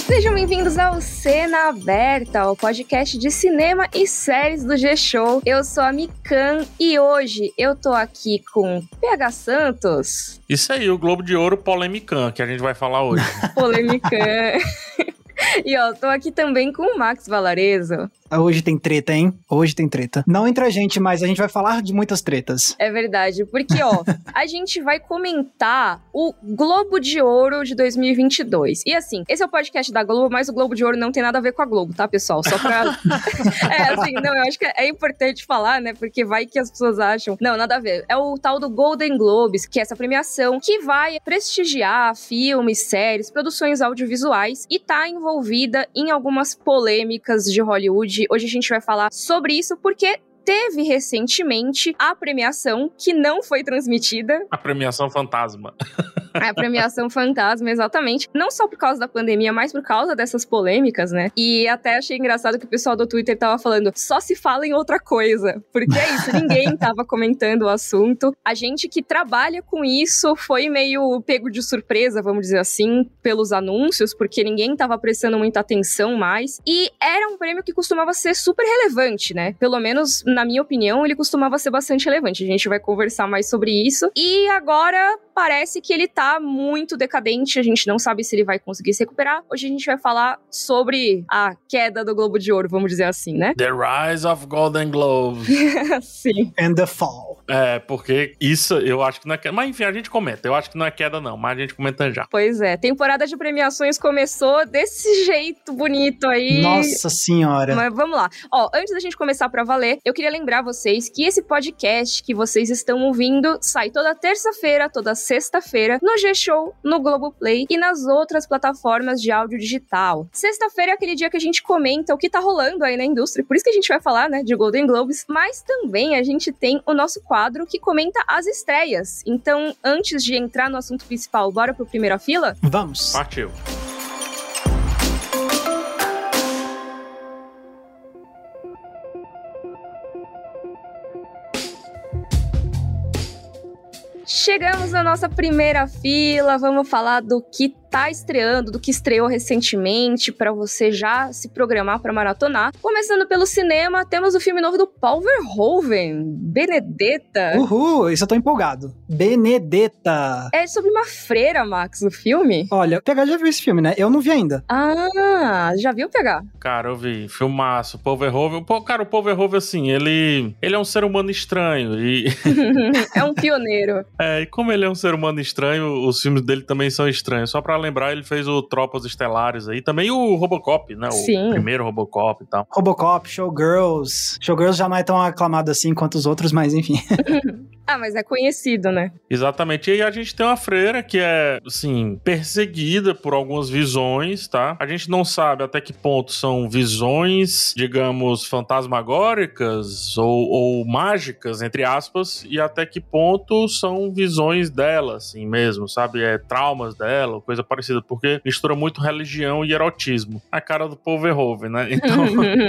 Sejam bem-vindos ao Cena Aberta, o podcast de cinema e séries do G-Show. Eu sou a Mikan e hoje eu tô aqui com PH Santos. Isso aí, o Globo de Ouro Polemican, que a gente vai falar hoje. Polemican. E ó, tô aqui também com o Max Valarezo. Hoje tem treta, hein? Hoje tem treta. Não entre a gente, mas a gente vai falar de muitas tretas. É verdade, porque ó, a gente vai comentar o Globo de Ouro de 2022. E assim, esse é o podcast da Globo, mas o Globo de Ouro não tem nada a ver com a Globo, tá, pessoal? Só pra... eu acho que é importante falar, né? Porque vai que as pessoas acham... Não, nada a ver. É o tal do Golden Globes, que é essa premiação que vai prestigiar filmes, séries, produções audiovisuais e tá envolvida em algumas polêmicas de Hollywood. Hoje a gente vai falar sobre isso porque teve recentemente a premiação que não foi transmitida. A premiação fantasma. A premiação fantasma, exatamente. Não só por causa da pandemia, mas por causa dessas polêmicas, né? E até achei engraçado que o pessoal do Twitter tava falando, só se fala em outra coisa. Porque é isso, ninguém tava comentando o assunto. A gente que trabalha com isso foi meio pego de surpresa, vamos dizer assim, pelos anúncios, porque ninguém tava prestando muita atenção mais. E era um prêmio que costumava ser super relevante, né? Pelo menos, na minha opinião, ele costumava ser bastante relevante. A gente vai conversar mais sobre isso. E agora parece que ele tá muito decadente, a gente não sabe se ele vai conseguir se recuperar. Hoje a gente vai falar sobre a queda do Globo de Ouro, vamos dizer assim, né? The Rise of Golden Globes. Sim. And the Fall. É, porque isso eu acho que não é queda. Mas enfim, a gente comenta. Eu acho que não é queda não, mas a gente comenta já. Pois é, temporada de premiações começou desse jeito bonito aí. Nossa senhora. Mas vamos lá. Ó, antes da gente começar pra valer, eu queria lembrar vocês que esse podcast que vocês estão ouvindo sai toda terça-feira, toda sexta-feira, no G-Show, no Globoplay e nas outras plataformas de áudio digital. Sexta-feira é aquele dia que a gente comenta o que tá rolando aí na indústria, por isso que a gente vai falar, né, de Golden Globes, mas também a gente tem o nosso quadro que comenta as estreias. Então, antes de entrar no assunto principal, bora pro Primeira Fila? Vamos. Partiu. Chegamos na nossa primeira fila, vamos falar do que tá estreando, do que estreou recentemente, pra você já se programar pra maratonar. Começando pelo cinema, temos o filme novo do Paul Verhoeven, Benedetta. Uhul, isso eu tô empolgado. Benedetta. É sobre uma freira, Max, o filme? Olha, o PH já viu esse filme, né? Eu não vi ainda. Ah, já viu pegar? Cara, eu vi. Filmaço. Paul Verhoeven. Cara, o Paul Verhoeven, assim, ele é um ser humano estranho e... É um pioneiro. É, e como ele é um ser humano estranho, os filmes dele também são estranhos. Só pra lembrar, ele fez o Tropas Estelares aí, também o Robocop, né? Sim. O primeiro Robocop e tal. Robocop, Showgirls. Showgirls já não é tão aclamado assim quanto os outros, mas enfim. Ah, mas é conhecido, né? Exatamente. E aí a gente tem uma freira que é, assim, perseguida por algumas visões, tá? A gente não sabe até que ponto são visões, digamos, fantasmagóricas ou mágicas, entre aspas, e até que ponto são visões dela, assim mesmo, sabe? Traumas dela, coisa parecida, porque mistura muito religião e erotismo. A cara do Paul Verhoeven, né? Então,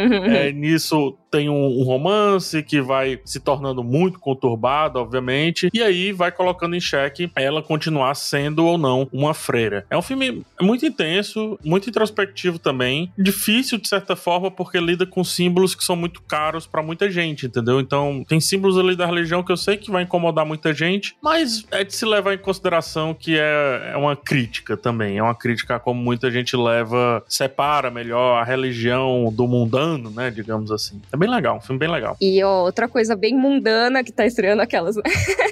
nisso tem um romance que vai se tornando muito conturbado, obviamente, e aí vai colocando em xeque ela continuar sendo ou não uma freira. É um filme muito intenso, muito introspectivo também, difícil de certa forma, porque lida com símbolos que são muito caros pra muita gente, entendeu? Então, tem símbolos ali da religião que eu sei que vai incomodar muita gente, mas é de se levar em consideração que é uma crítica também, é uma crítica a como muita gente separa melhor a religião do mundano, né, digamos assim. É bem legal, um filme bem legal. E ó, outra coisa bem mundana que tá estreando aquelas, né?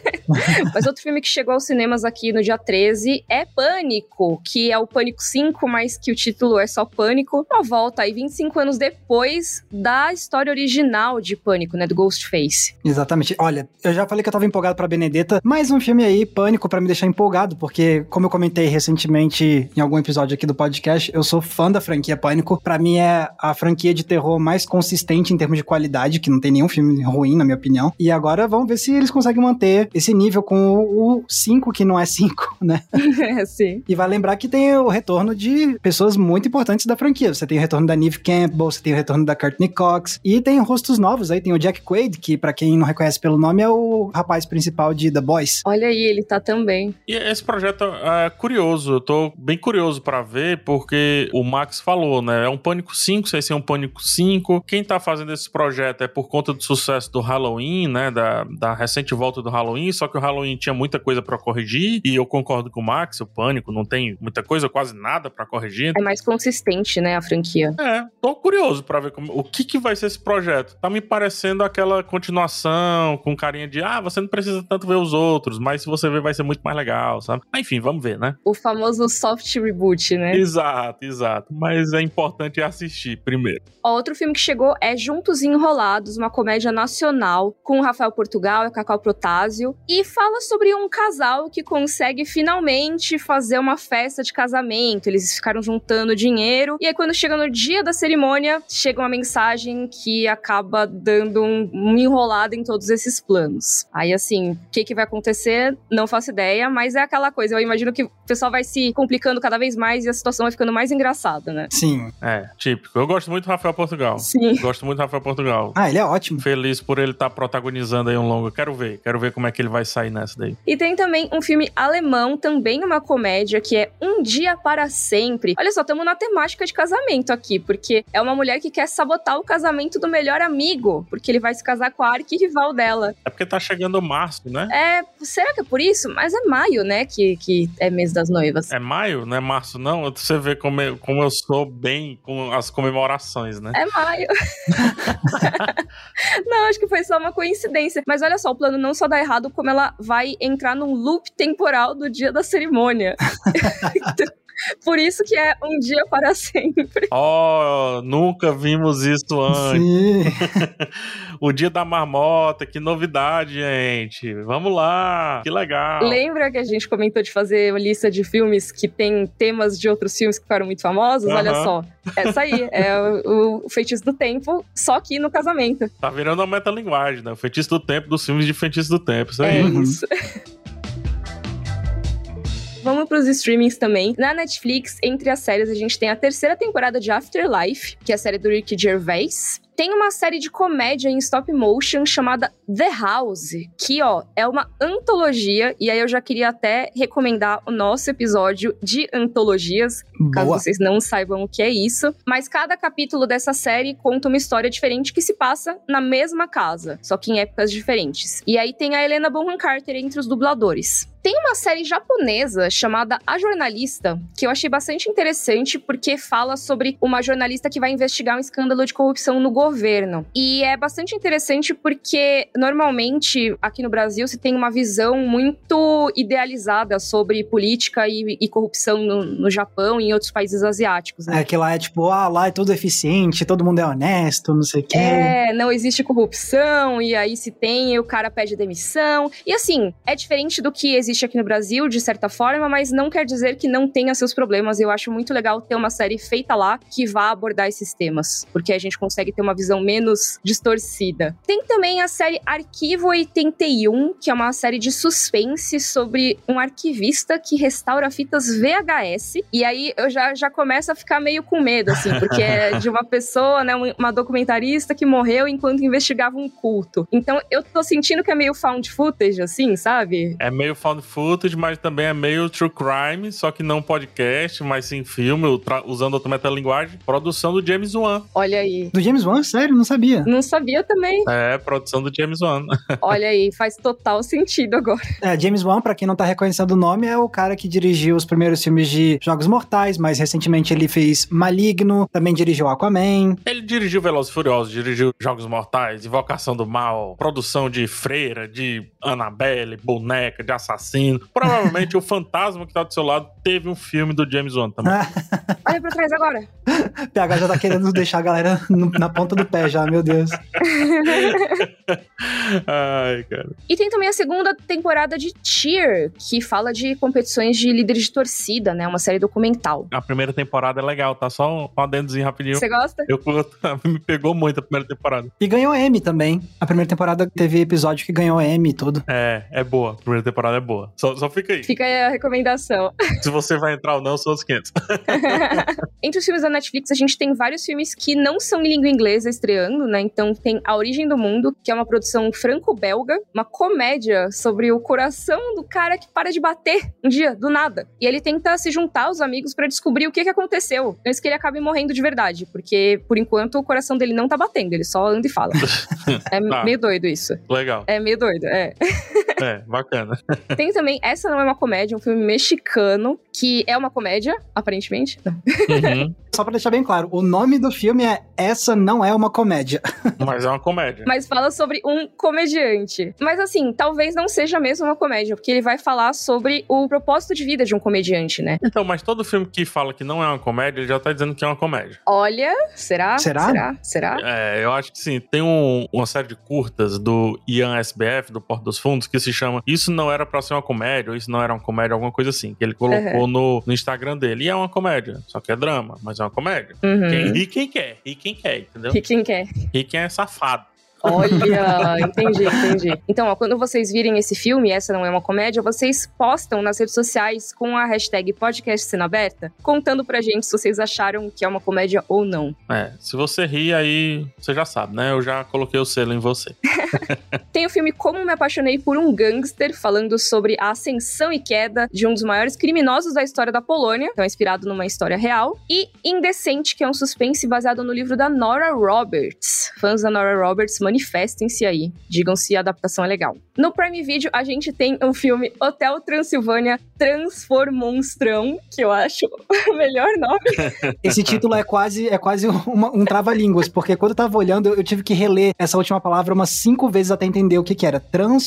Mas outro filme que chegou aos cinemas aqui no dia 13 é Pânico, que é o Pânico 5, mas que o título é só Pânico. Uma volta aí 25 anos depois da história original de Pânico, né, do Ghostface. Exatamente. Olha, eu já falei que eu tava empolgado pra Benedetta, mais um filme aí, Pânico, pra me deixar empolgado, porque, como eu comentei recentemente em algum episódio aqui do podcast, eu sou fã da franquia Pânico. Pra mim é a franquia de terror mais consistente em termos de qualidade, que não tem nenhum filme ruim, na minha opinião. E agora vamos ver se eles conseguem manter esse nível com o 5, que não é 5, né? Sim. E vai lembrar que tem o retorno de pessoas muito importantes da franquia. Você tem o retorno da Neve Campbell, você tem o retorno da Courtney Cox, e tem rostos novos aí, tem o Jack Quaid, que pra quem não reconhece pelo nome é o rapaz principal de The Boys. Olha aí, ele tá também. E esse projeto é curioso, eu tô bem curioso pra ver, porque o Max falou, né, é um Pânico 5, sei se é um Pânico 5, quem tá fazendo esse projeto é por conta do sucesso do Halloween, né, da recente volta do Halloween, só que o Halloween tinha muita coisa pra corrigir, e eu concordo com o Max, o Pânico não tem muita coisa, quase nada pra corrigir. É mais consistente, né, a franquia. Tô curioso pra ver o que vai ser esse projeto. Tá me parecendo aquela continuação com carinha de, você não precisa tanto ver os outros, mas se você ver vai ser muito mais legal, sabe? Mas, enfim, vamos ver, né? O famoso soft reboot, né? Exato. Mas é importante assistir primeiro. Outro filme que chegou é Juntos e Enrolados, uma comédia nacional com o Rafael Portugal e a Cacau Protásio, e fala sobre um casal que consegue finalmente fazer uma festa de casamento. Eles ficaram juntando dinheiro, e aí quando chega no dia da cerimônia, chega uma mensagem que acaba dando um enrolado em todos esses planos. Aí assim, o que vai acontecer? Não faço ideia, mas é aquela coisa, eu imagino que o pessoal vai se complicando cada vez mais e a situação vai ficando mais engraçada, né? Sim. Típico. Eu gosto muito do Rafael Portugal. Sim. Gosto muito do Rafael Portugal. Ele é ótimo. Feliz por ele estar protagonizando aí um longo. Quero ver como é que ele vai sair nessa daí. E tem também um filme alemão, também uma comédia, que é Um Dia para Sempre. Olha só, estamos na temática de casamento aqui, porque é uma mulher que quer sabotar o casamento do melhor amigo, porque ele vai se casar com a arquirrival dela. É porque tá chegando março, né? Será que é por isso? Mas é maio, né, que é mês das noivas. É maio, não é março não? Você vê como eu sou bem com as comemorações, né? É maio. Não, acho que foi só uma coincidência. Mas olha só, o plano não só dá errado, como ela vai entrar num loop temporal do dia da cerimônia. Por isso que é Um Dia para Sempre. Nunca vimos isso antes. Sim. O Dia da Marmota, que novidade, gente. Vamos lá, que legal. Lembra que a gente comentou de fazer uma lista de filmes que tem temas de outros filmes que ficaram muito famosos? Olha só, essa aí é o Feitiço do Tempo, só que no casamento. Tá virando uma metalinguagem, né? O Feitiço do Tempo dos filmes de Feitiço do Tempo, isso aí. É isso. Vamos pros streamings também. Na Netflix, entre as séries, a gente tem a 3ª temporada de Afterlife, que é a série do Ricky Gervais. Tem uma série de comédia em stop motion chamada The House, que, é uma antologia, e aí eu já queria até recomendar o nosso episódio de antologias, caso vocês não saibam o que é isso. Mas cada capítulo dessa série conta uma história diferente que se passa na mesma casa, só que em épocas diferentes. E aí tem a Helena Bonham Carter entre os dubladores. Tem uma série japonesa chamada A Jornalista, que eu achei bastante interessante porque fala sobre uma jornalista que vai investigar um escândalo de corrupção no governo. E é bastante interessante porque, normalmente, aqui no Brasil, se tem uma visão muito idealizada sobre política e corrupção no Japão e em outros países asiáticos, né? Que lá é tipo, lá é tudo eficiente, todo mundo é honesto, não sei o quê. Não existe corrupção, e aí se tem, o cara pede demissão. E assim, é diferente do que existe aqui no Brasil, de certa forma, mas não quer dizer que não tenha seus problemas. Eu acho muito legal ter uma série feita lá que vá abordar esses temas, porque a gente consegue ter uma visão menos distorcida. Tem também a série Arquivo 81, que é uma série de suspense sobre um arquivista que restaura fitas VHS, e aí eu já começo a ficar meio com medo, assim, porque é de uma pessoa, né, uma documentarista que morreu enquanto investigava um culto. Então eu tô sentindo que é meio found footage, assim, sabe? É meio found footage, mas também é meio true crime, só que não podcast, mas sim filme, usando outra metalinguagem. Produção do James Wan. Olha aí. Do James Wan? Sério? Não sabia. Não sabia também. Produção do James Wan. Olha aí, faz total sentido agora. James Wan, pra quem não tá reconhecendo o nome, é o cara que dirigiu os primeiros filmes de Jogos Mortais, mas recentemente ele fez Maligno, também dirigiu Aquaman. Ele dirigiu Velozes e Furiosos, dirigiu Jogos Mortais, Invocação do Mal, produção de Freira, de Annabelle, boneca, de assassino. Provavelmente o fantasma que tá do seu lado teve um filme do James Wan também. Olha pra trás agora. PH já tá querendo deixar a galera na ponta do pé já, meu Deus. Ai, cara. E tem também a segunda temporada de Cheer, que fala de competições de líderes de torcida, né? Uma série documental. A primeira temporada é legal, tá? Só um adendozinho rapidinho. Você gosta? Eu curto. Me pegou muito a primeira temporada. E ganhou Emmy também. A primeira temporada teve episódio que ganhou Emmy e tudo. É boa. A primeira temporada é boa. Só fica aí. Fica aí a recomendação. Se você vai entrar ou não, são os 500. Entre os filmes da Netflix, a gente tem vários filmes que não são em língua inglesa estreando, né? Então tem A Origem do Mundo, que é uma produção franco-belga, uma comédia sobre o coração do cara que para de bater um dia, do nada. E ele tenta se juntar aos amigos pra descobrir o que aconteceu, antes que ele acabe morrendo de verdade, porque, por enquanto, o coração dele não tá batendo, ele só anda e fala. É meio doido isso. Legal. É meio doido, é. É, bacana. Tem também Essa Não É Uma Comédia, um filme mexicano, que é uma comédia, aparentemente. Uhum. Só pra deixar bem claro, o nome do filme é Essa Não É Uma Comédia. Mas é uma comédia. Mas fala sobre um comediante. Mas assim, talvez não seja mesmo uma comédia, porque ele vai falar sobre o propósito de vida de um comediante, né? Então, mas todo filme que fala que não é uma comédia, ele já tá dizendo que é uma comédia. Olha, será? Será? Será? Eu acho que sim. Tem uma série de curtas do Ian SBF, do Porto dos Fundos, que se chama Isso Não Era Pra Ser Uma Comédia, ou Isso Não Era Uma Comédia, alguma coisa assim, que ele colocou no Instagram dele. E é uma comédia, só que é drama, mas é uma comédia. Uhum. Quem ri, quem quer. Ri quem quer, entendeu? E quem quer? Ri quem é safado. Olha, entendi. Então, ó, quando vocês virem esse filme, Essa Não É Uma Comédia, vocês postam nas redes sociais com a hashtag Podcast Cena Aberta, contando pra gente se vocês acharam que é uma comédia ou não. Se você rir, aí você já sabe, né? Eu já coloquei o selo em você. Tem o filme Como Me Apaixonei por um Gangster, falando sobre a ascensão e queda de um dos maiores criminosos da história da Polônia, então é inspirado numa história real. E Indecente, que é um suspense baseado no livro da Nora Roberts. Fãs da Nora Roberts, manifestem-se aí. Digam se a adaptação é legal. No Prime Video, a gente tem o filme Hotel Transilvânia Transformonstrão, que eu acho o melhor nome. Esse título é quase um trava-línguas, porque quando eu tava olhando, eu tive que reler essa última palavra umas 5 vezes até entender o que era.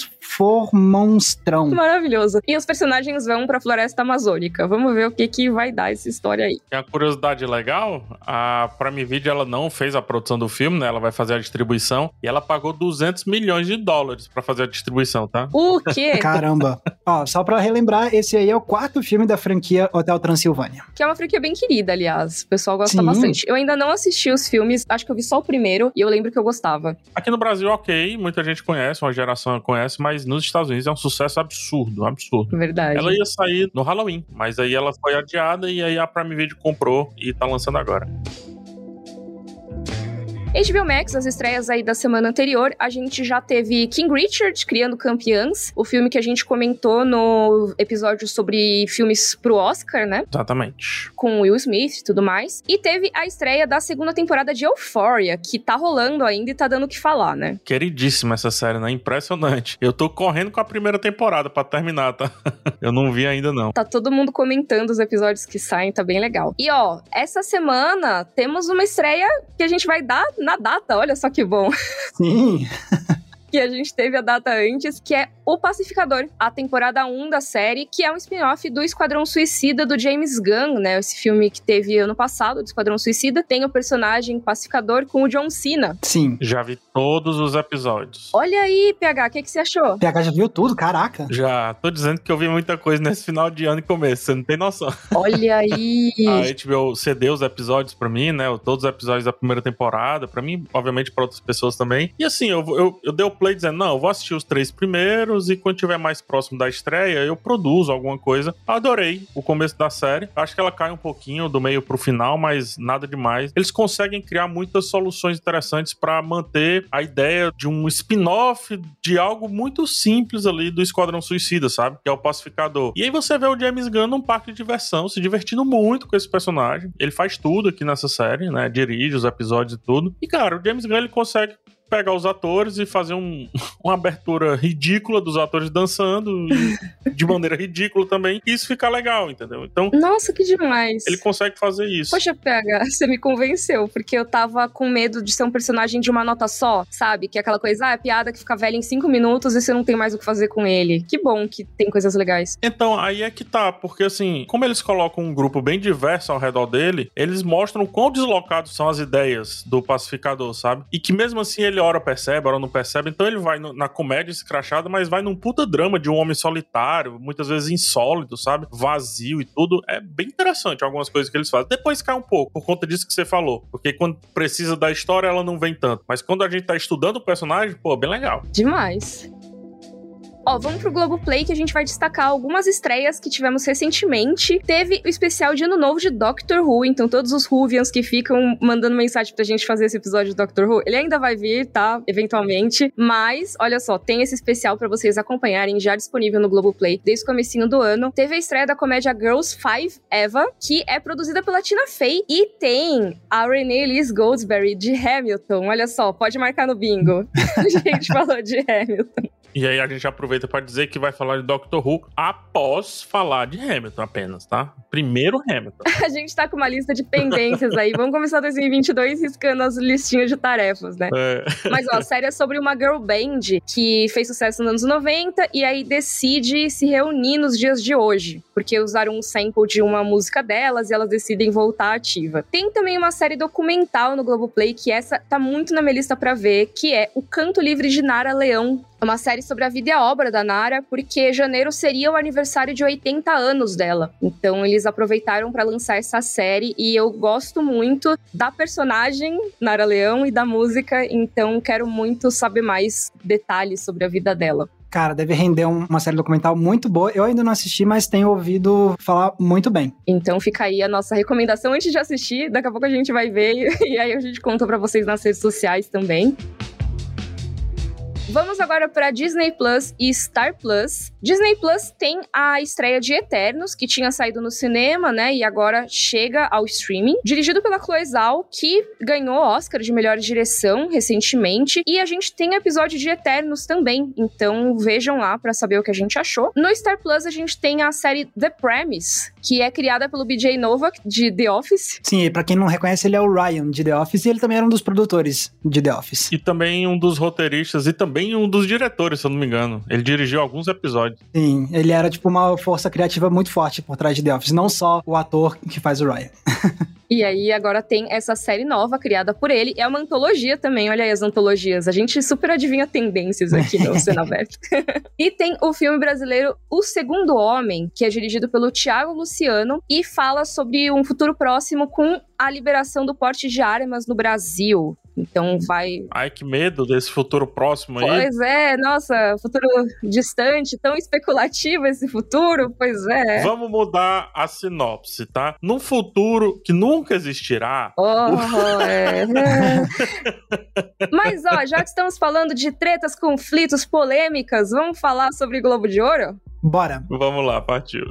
Transformonstrão. Maravilhoso. E os personagens vão pra floresta amazônica. Vamos ver o que vai dar essa história aí. E a curiosidade legal, a Prime Video, ela não fez a produção do filme, né? Ela vai fazer a distribuição, e ela pagou $200 milhões pra fazer a distribuição, tá? O quê? Caramba. Ó, só pra relembrar, esse aí é o 4º filme da franquia Hotel Transilvânia. Que é uma franquia bem querida, aliás. O pessoal gosta Sim. bastante. Eu ainda não assisti os filmes, acho que eu vi só o primeiro, e eu lembro que eu gostava. Aqui no Brasil, ok, muita gente conhece, uma geração conhece, mas nos Estados Unidos é um sucesso absurdo. Verdade. Ela ia sair no Halloween, mas aí ela foi adiada e aí a Prime Video comprou e tá lançando agora. HBO Max, as estreias aí da semana anterior, a gente já teve King Richard, Criando Campeãs, o filme que a gente comentou no episódio sobre filmes pro Oscar, né? Exatamente. Com Will Smith e tudo mais. E teve a estreia da segunda temporada de Euphoria, que tá rolando ainda e tá dando o que falar, né? Queridíssima essa série, né? Impressionante. Eu tô correndo com a primeira temporada pra terminar, tá? Eu não vi ainda, não. Tá todo mundo comentando os episódios que saem, tá bem legal. E ó, essa semana temos uma estreia que a gente vai dar na data, olha só que bom. Sim. Que a gente teve a data antes, que é O Pacificador, a temporada 1 da série, que é um spin-off do Esquadrão Suicida do James Gunn, né? Esse filme que teve ano passado, do Esquadrão Suicida, tem o personagem Pacificador com o John Cena. Sim. Já vi todos os episódios. Olha aí, PH, o que você achou? PH já viu tudo? Caraca. Já, tô dizendo que eu vi muita coisa nesse final de ano e começo, você não tem noção. Olha aí. A HBO cedeu os episódios pra mim, né? Todos os episódios da primeira temporada, pra mim, obviamente pra outras pessoas também. E assim, eu dei o play dizendo, não, eu vou assistir os 3 primeiros e quando tiver mais próximo da estreia, eu produzo alguma coisa. Adorei o começo da série. Acho que ela cai um pouquinho do meio pro final, mas nada demais. Eles conseguem criar muitas soluções interessantes pra manter a ideia de um spin-off de algo muito simples ali do Esquadrão Suicida, sabe? Que é o Pacificador. E aí você vê o James Gunn num parque de diversão, se divertindo muito com esse personagem. Ele faz tudo aqui nessa série, né? Dirige os episódios e tudo. E, cara, o James Gunn, ele consegue pegar os atores e fazer uma abertura ridícula dos atores dançando e de maneira ridícula também, e isso fica legal, entendeu? Então, nossa, que demais. ele consegue fazer isso. Poxa, PH, você me convenceu, porque eu tava com medo de ser um personagem de uma nota só, sabe? Que é aquela coisa, é piada que fica velha em 5 minutos e você não tem mais o que fazer com ele. Que bom que tem coisas legais. Então, aí é que tá, porque assim, como eles colocam um grupo bem diverso ao redor dele, eles mostram quão deslocados são as ideias do Pacificador, sabe? E que mesmo assim ele ele ora percebe, ora não percebe, então ele vai na comédia escrachada, mas vai num puta drama de um homem solitário, muitas vezes insólito, sabe? Vazio e tudo. É bem interessante algumas coisas que eles fazem. Depois cai um pouco, por conta disso que você falou. Porque quando precisa da história, ela não vem tanto. Mas quando a gente tá estudando o personagem, pô, bem legal. Demais. Ó, vamos pro Globoplay, que a gente vai destacar algumas estreias que tivemos recentemente. Teve o especial de Ano Novo de Doctor Who, então todos os Whovians que ficam mandando mensagem pra gente fazer esse episódio de Doctor Who, ele ainda vai vir, tá? Eventualmente. Mas, olha só, tem esse especial pra vocês acompanharem, já disponível no Globoplay desde o comecinho do ano. Teve a estreia da comédia Girls 5 Eva, que é produzida pela Tina Fey, e tem a Renée Elise Goldsberry de Hamilton. Olha só, pode marcar no bingo. A gente falou de Hamilton. E aí a gente aproveita para dizer que vai falar de Doctor Who após falar de Hamilton apenas, tá? Primeiro Hamilton. A gente tá com uma lista de pendências aí. Vamos começar 2022 riscando as listinhas de tarefas, né? Mas, ó, a série é sobre uma girl band que fez sucesso nos anos 90 e aí decide se reunir nos dias de hoje, porque usaram um sample de uma música delas e elas decidem voltar ativa. Tem também uma série documental no Globoplay, que essa tá muito na minha lista pra ver, que é O Canto Livre de Nara Leão. É uma série sobre a vida e a obra da Nara, porque janeiro seria o aniversário de 80 anos dela. Então eles aproveitaram pra lançar essa série e eu gosto muito da personagem Nara Leão e da música, então quero muito saber mais detalhes sobre a vida dela. Cara, deve render uma série documental muito boa. Eu ainda não assisti, mas tenho ouvido falar muito bem. Então fica aí a nossa recomendação antes de assistir. Daqui a pouco a gente vai ver e aí a gente conta pra vocês nas redes sociais também. Vamos agora para Disney Plus e Star Plus. Disney Plus tem a estreia de Eternos, que tinha saído no cinema, né? E agora chega ao streaming. Dirigido pela Chloe Zhao, que ganhou o Oscar de melhor direção recentemente. E a gente tem episódio de Eternos também. Então vejam lá para saber o que a gente achou. No Star Plus a gente tem a série The Premise, que é criada pelo BJ Novak, de The Office. Sim, e pra quem não reconhece, ele é o Ryan, de The Office. E ele também era um dos produtores de The Office. E também um dos roteiristas e também um dos diretores, se eu não me engano. Ele dirigiu alguns episódios. Sim, ele era tipo uma força criativa muito forte por trás de The Office, não só o ator que faz o Ryan. E aí agora tem essa série nova criada por ele. É uma antologia também, olha aí as antologias. A gente super adivinha tendências aqui no Cena Aberta. E tem o filme brasileiro O Segundo Homem, que é dirigido pelo Thiago Luciano e fala sobre um futuro próximo com a liberação do porte de armas no Brasil. Então vai... Ai, que medo desse futuro próximo aí. Pois é, nossa, futuro distante, tão especulativo esse futuro, pois é. Vamos mudar a sinopse, tá? Num futuro que nunca existirá... Mas, ó, já que estamos falando de tretas, conflitos, polêmicas, vamos falar sobre Globo de Ouro? Bora. Vamos lá, partiu.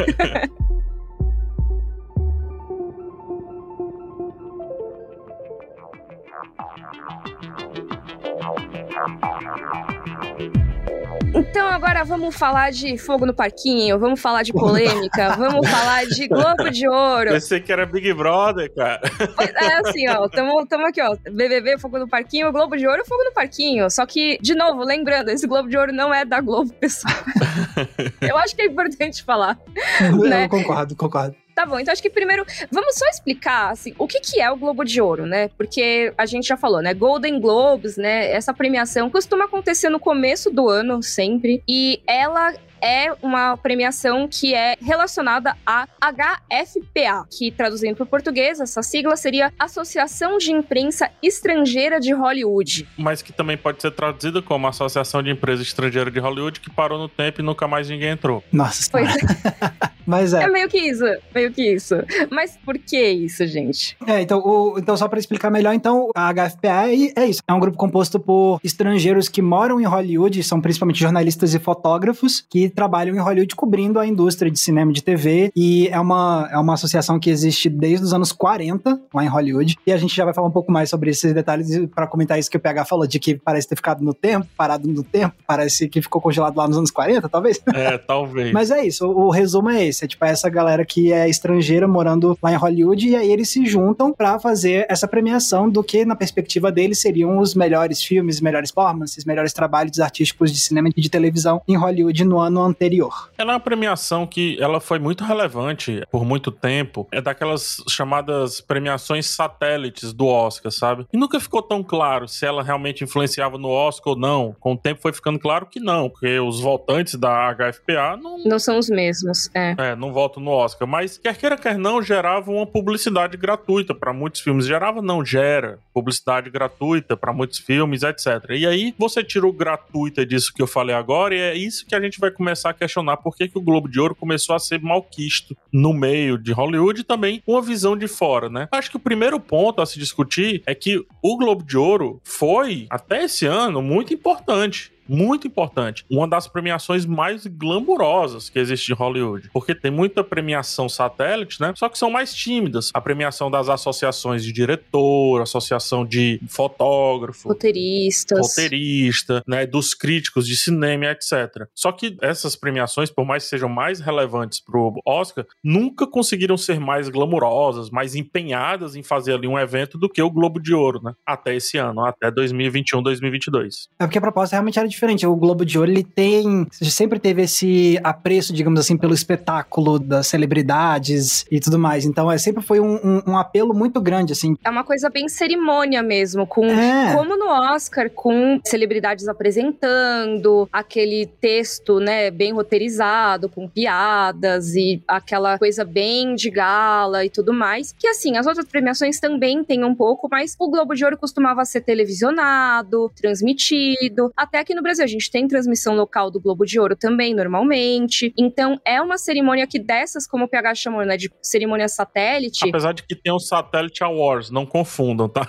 Então agora vamos falar de fogo no parquinho, vamos falar de polêmica, vamos falar de Globo de Ouro. Pensei que era Big Brother, cara. É assim, ó, tamo aqui, ó, BBB, fogo no parquinho, Globo de Ouro, fogo no parquinho. Só que, de novo, lembrando, esse Globo de Ouro não é da Globo, pessoal. Eu acho que é importante falar. Né? Eu concordo. Tá bom, então acho que primeiro, vamos só explicar, assim, o que é o Globo de Ouro, né? Porque a gente já falou, né? Golden Globes, né? Essa premiação costuma acontecer no começo do ano, sempre. E ela é uma premiação que é relacionada à HFPA, que traduzindo para o português, essa sigla seria Associação de Imprensa Estrangeira de Hollywood. Mas que também pode ser traduzida como Associação de Empresa Estrangeira de Hollywood, que parou no tempo e nunca mais ninguém entrou. Nossa Senhora. Mas é. É meio que isso. Mas por que isso, gente? Então só para explicar melhor, então, a HFPA é isso. É um grupo composto por estrangeiros que moram em Hollywood, são principalmente jornalistas e fotógrafos, que trabalham em Hollywood cobrindo a indústria de cinema e de TV, e é uma associação que existe desde os anos 40, lá em Hollywood, e a gente já vai falar um pouco mais sobre esses detalhes para comentar isso que o PH falou, de que parece ter ficado no tempo, parado no tempo, parece que ficou congelado lá nos anos 40, talvez? Talvez. Mas é isso, o resumo é esse. É tipo essa galera que é estrangeira morando lá em Hollywood, e aí eles se juntam pra fazer essa premiação do que, na perspectiva deles, seriam os melhores filmes, melhores performances, melhores trabalhos artísticos de cinema e de televisão em Hollywood no ano anterior. Ela é uma premiação que ela foi muito relevante por muito tempo. É daquelas chamadas premiações satélites do Oscar, sabe? E nunca ficou tão claro se ela realmente influenciava no Oscar ou não. Com o tempo foi ficando claro que não, porque os votantes da HFPA não são os mesmos, não votam no Oscar. Mas, quer queira, quer não, gerava uma publicidade gratuita para muitos filmes. Gerava, não, gera publicidade gratuita para muitos filmes, etc. E aí, você tirou gratuita disso que eu falei agora, e é isso que a gente vai começar a questionar por que o Globo de Ouro começou a ser malquisto no meio de Hollywood e também uma visão de fora, né? Acho que o primeiro ponto a se discutir é que o Globo de Ouro foi, até esse ano, muito importante. Muito importante. Uma das premiações mais glamurosas que existe em Hollywood. Porque tem muita premiação satélite, né? Só que são mais tímidas. A premiação das associações de diretor, associação de fotógrafo, roteirista, né? Dos críticos de cinema, etc. Só que essas premiações, por mais que sejam mais relevantes pro Oscar, nunca conseguiram ser mais glamurosas, mais empenhadas em fazer ali um evento do que o Globo de Ouro, né? Até esse ano, até 2021, 2022. É porque a proposta realmente era diferente. O Globo de Ouro, ele sempre teve esse apreço, digamos assim, pelo espetáculo das celebridades e tudo mais. Então, sempre foi um apelo muito grande, assim. É uma coisa bem cerimônia mesmo, como no Oscar, com celebridades apresentando, aquele texto, né, bem roteirizado, com piadas e aquela coisa bem de gala e tudo mais. Que, assim, as outras premiações também têm um pouco, mas o Globo de Ouro costumava ser televisionado, transmitido. Até aqui no Brasil a gente tem transmissão local do Globo de Ouro também, normalmente. Então, é uma cerimônia que dessas, como o PH chamou, né, de cerimônia satélite... Apesar de que tem o Satellite Awards, não confundam, tá?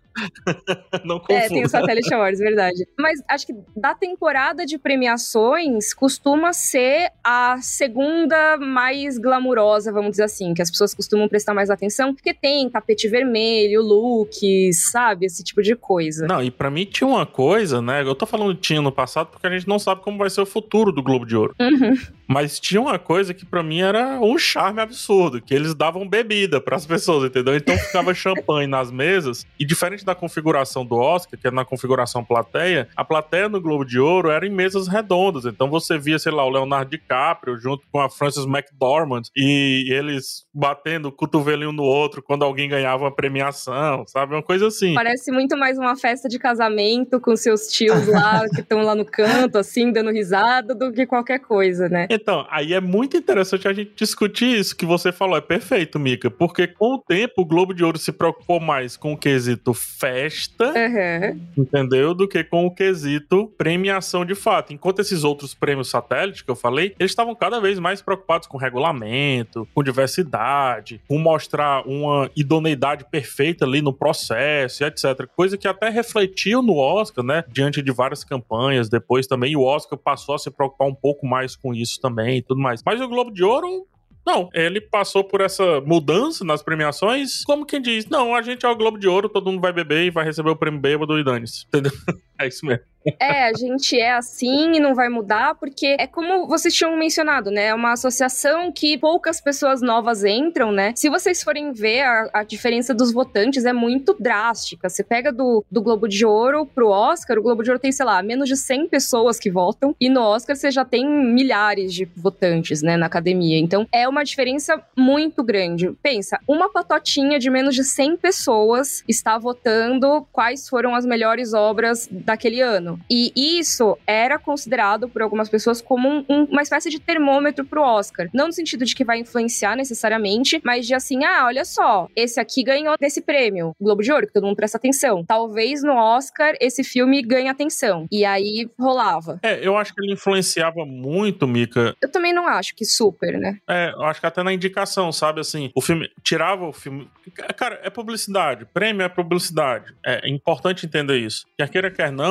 Não confundam. Tem o Satellite Awards, verdade. Mas acho que da temporada de premiações costuma ser a segunda mais glamurosa, vamos dizer assim, que as pessoas costumam prestar mais atenção, porque tem tapete vermelho, looks, sabe? Esse tipo de coisa. Não, e pra mim tinha uma coisa, né? Eu tô falando tinha no passado porque a gente não sabe como vai ser o futuro do Globo de Ouro. Uhum. Mas tinha uma coisa que pra mim era um charme absurdo, que eles davam bebida pras pessoas, entendeu? Então ficava champanhe nas mesas, e diferente da configuração do Oscar, que é na configuração plateia, a plateia no Globo de Ouro era em mesas redondas, então você via, sei lá, o Leonardo DiCaprio junto com a Frances McDormand, e eles batendo o cotovelinho no outro quando alguém ganhava uma premiação, sabe? Uma coisa assim. Parece muito mais uma festa de casamento com seus tios lá, que estão lá no canto, assim, dando risada, do que qualquer coisa, né? Então, aí é muito interessante a gente discutir isso que você falou. É perfeito, Mika, porque com o tempo o Globo de Ouro se preocupou mais com o quesito festa, entendeu? Do que com o quesito premiação de fato. Enquanto esses outros prêmios satélites que eu falei, eles estavam cada vez mais preocupados com regulamento, com diversidade, com mostrar uma idoneidade perfeita ali no processo, etc. Coisa que até refletiu no Oscar, né? Diante de várias campanhas depois também, e o Oscar passou a se preocupar um pouco mais com isso também e tudo mais. Mas o Globo de Ouro, não, ele passou por essa mudança nas premiações, como quem diz, não, a gente é o Globo de Ouro, todo mundo vai beber e vai receber o prêmio bêbado e dane-se, entendeu? É isso mesmo. A gente é assim e não vai mudar, porque é como vocês tinham mencionado, né? É uma associação que poucas pessoas novas entram, né? Se vocês forem ver, a diferença dos votantes é muito drástica. Você pega do Globo de Ouro pro Oscar, o Globo de Ouro tem, sei lá, menos de 100 pessoas que votam, e no Oscar você já tem milhares de votantes, né, na academia. Então, é uma diferença muito grande. Pensa, uma patotinha de menos de 100 pessoas está votando quais foram as melhores obras daquele ano. E isso era considerado por algumas pessoas como uma espécie de termômetro pro Oscar. Não no sentido de que vai influenciar necessariamente, mas de assim, olha só, esse aqui ganhou desse prêmio, Globo de Ouro, que todo mundo presta atenção. Talvez no Oscar esse filme ganhe atenção. E aí rolava. Eu acho que ele influenciava muito, Mika. Eu também não acho que super, né? Eu acho que até na indicação, sabe, assim, o filme, tirava o filme... Cara, é publicidade, prêmio é publicidade. É importante entender isso. Quer queira, quer não, é você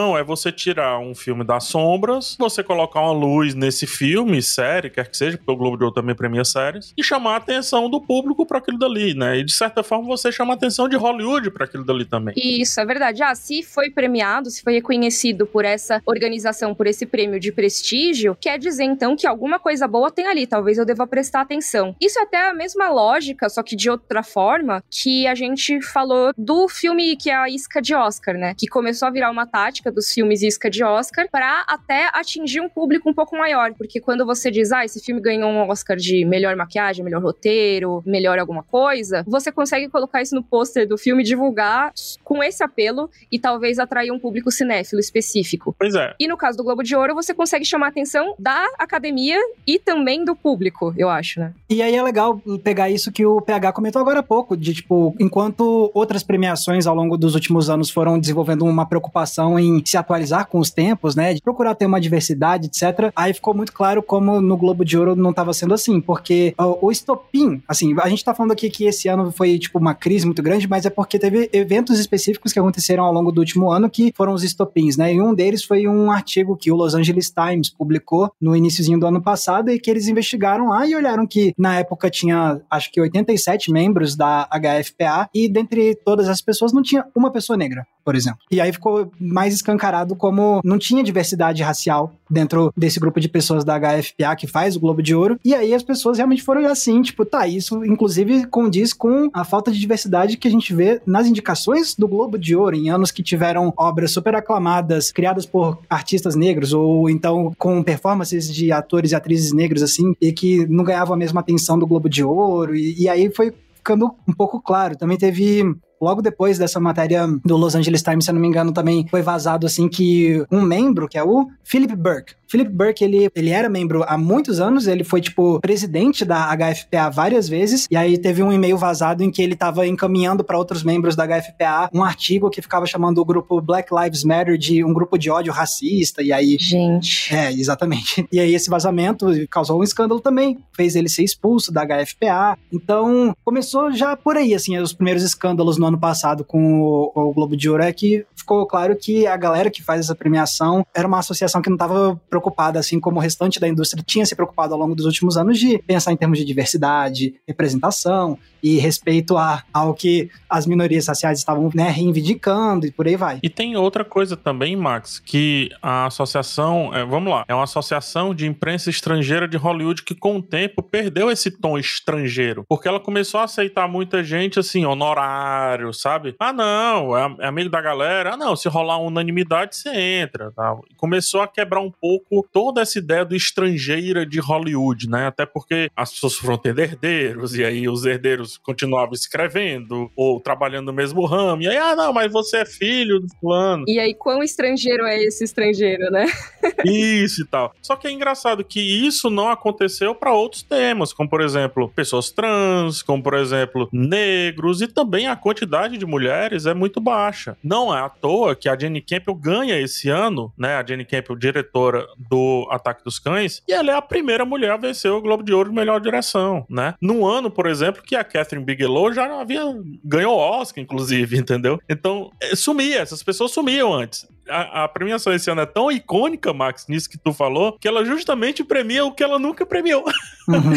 você tirar um filme das sombras, você colocar uma luz nesse filme, série, quer que seja, porque o Globo de Ouro também premia séries, e chamar a atenção do público para aquilo dali, né? E de certa forma você chama a atenção de Hollywood para aquilo dali também. Isso, é verdade. Se foi premiado, se foi reconhecido por essa organização, por esse prêmio de prestígio, quer dizer então que alguma coisa boa tem ali, talvez eu deva prestar atenção. Isso é até a mesma lógica, só que de outra forma, que a gente falou do filme que é a isca de Oscar, né? Que começou a virar uma tática dos filmes isca de Oscar pra até atingir um público um pouco maior, porque quando você diz, esse filme ganhou um Oscar de melhor maquiagem, melhor roteiro, melhor alguma coisa, você consegue colocar isso no pôster do filme, divulgar com esse apelo e talvez atrair um público cinéfilo específico. Pois é. E no caso do Globo de Ouro, você consegue chamar a atenção da academia e também do público, eu acho, né? E aí é legal pegar isso que o PH comentou agora há pouco, de tipo, enquanto outras premiações ao longo dos últimos anos foram desenvolvendo uma preocupação em se atualizar com os tempos, né, de procurar ter uma diversidade, etc. Aí ficou muito claro como no Globo de Ouro não estava sendo assim, porque o estopim, assim, a gente tá falando aqui que esse ano foi, tipo, uma crise muito grande, mas é porque teve eventos específicos que aconteceram ao longo do último ano que foram os estopins, né, e um deles foi um artigo que o Los Angeles Times publicou no iniciozinho do ano passado e que eles investigaram lá e olharam que na época tinha, acho que 87 membros da HFPA e dentre todas as pessoas não tinha uma pessoa negra, por exemplo. E aí ficou mais escancarado como não tinha diversidade racial dentro desse grupo de pessoas da HFPA que faz o Globo de Ouro. E aí as pessoas realmente foram assim, tipo, isso inclusive condiz com a falta de diversidade que a gente vê nas indicações do Globo de Ouro em anos que tiveram obras super aclamadas, criadas por artistas negros ou então com performances de atores e atrizes negros, assim, e que não ganhavam a mesma atenção do Globo de Ouro. E aí foi ficando um pouco claro. Também teve... Logo depois dessa matéria do Los Angeles Times, se eu não me engano, também foi vazado, assim, que um membro, que é o Philip Burke. Philip Burke, ele era membro há muitos anos, ele foi, tipo, presidente da HFPA várias vezes, e aí teve um e-mail vazado em que ele tava encaminhando para outros membros da HFPA um artigo que ficava chamando o grupo Black Lives Matter de um grupo de ódio racista, e aí... Gente... exatamente. E aí esse vazamento causou um escândalo também, fez ele ser expulso da HFPA, então começou já por aí, assim, os primeiros escândalos no ano passado com o Globo de Ouro, é que ficou claro que a galera que faz essa premiação era uma associação que não estava preocupada, assim como o restante da indústria tinha se preocupado ao longo dos últimos anos de pensar em termos de diversidade, representação e respeito ao que as minorias raciais estavam, né, reivindicando e por aí vai. E tem outra coisa também, Max, que a associação, vamos lá, é uma associação de imprensa estrangeira de Hollywood que com o tempo perdeu esse tom estrangeiro, porque ela começou a aceitar muita gente, assim, honorário, sabe? Não, é amigo da galera, não, se rolar unanimidade, você entra, tá? Começou a quebrar um pouco toda essa ideia do estrangeira de Hollywood, né? Até porque as pessoas foram tendo herdeiros, e aí os herdeiros continuavam escrevendo, ou trabalhando no mesmo ramo, e aí, não, mas você é filho do fulano. E aí, quão estrangeiro é esse estrangeiro, né? Isso e tal. Só que é engraçado que isso não aconteceu para outros temas, como, por exemplo, pessoas trans, como, por exemplo, negros, e também a quantidade de mulheres é muito baixa. Não é à toa que a Jenny Campbell ganha esse ano, né? A Jenny Campbell, diretora do Ataque dos Cães, e ela é a primeira mulher a vencer o Globo de Ouro de melhor direção, né? Num ano, por exemplo, que a Catherine Bigelow já ganhou Oscar, inclusive, entendeu? Então, essas pessoas sumiam antes. A premiação esse ano é tão icônica, Max, nisso que tu falou, que ela justamente premia o que ela nunca premiou. Uhum.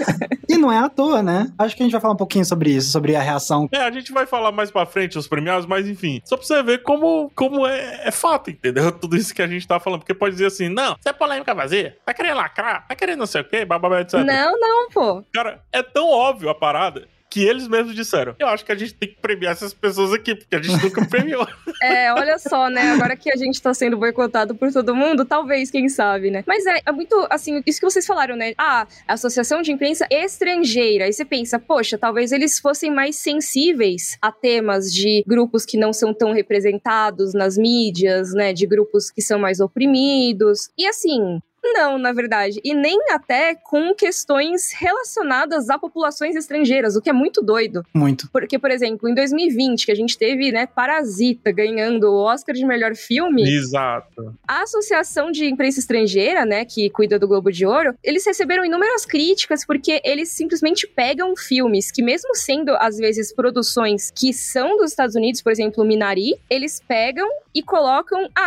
E não é à toa, né? Acho que a gente vai falar um pouquinho sobre isso, sobre a reação. A gente vai falar mais pra frente os premiados, mas enfim, só pra você ver como é fato, entendeu? Tudo isso que a gente tá falando, porque pode dizer assim, não, você é polêmica vazia, vai querer lacrar, vai querer não sei o quê, bababá, etc. Não, pô. Cara, é tão óbvio a parada que eles mesmos disseram, eu acho que a gente tem que premiar essas pessoas aqui, porque a gente nunca premiou. Olha só, né, agora que a gente tá sendo boicotado por todo mundo, talvez, quem sabe, né? Mas é muito, assim, isso que vocês falaram, né? Associação de imprensa estrangeira. Aí você pensa, poxa, talvez eles fossem mais sensíveis a temas de grupos que não são tão representados nas mídias, né? De grupos que são mais oprimidos. E assim... Não, na verdade. E nem até com questões relacionadas a populações estrangeiras, o que é muito doido. Muito. Porque, por exemplo, em 2020, que a gente teve, né, Parasita ganhando o Oscar de melhor filme. Exato. A Associação de Imprensa Estrangeira, né, que cuida do Globo de Ouro, eles receberam inúmeras críticas porque eles simplesmente pegam filmes que, mesmo sendo, às vezes, produções que são dos Estados Unidos, por exemplo, Minari, eles pegam e colocam,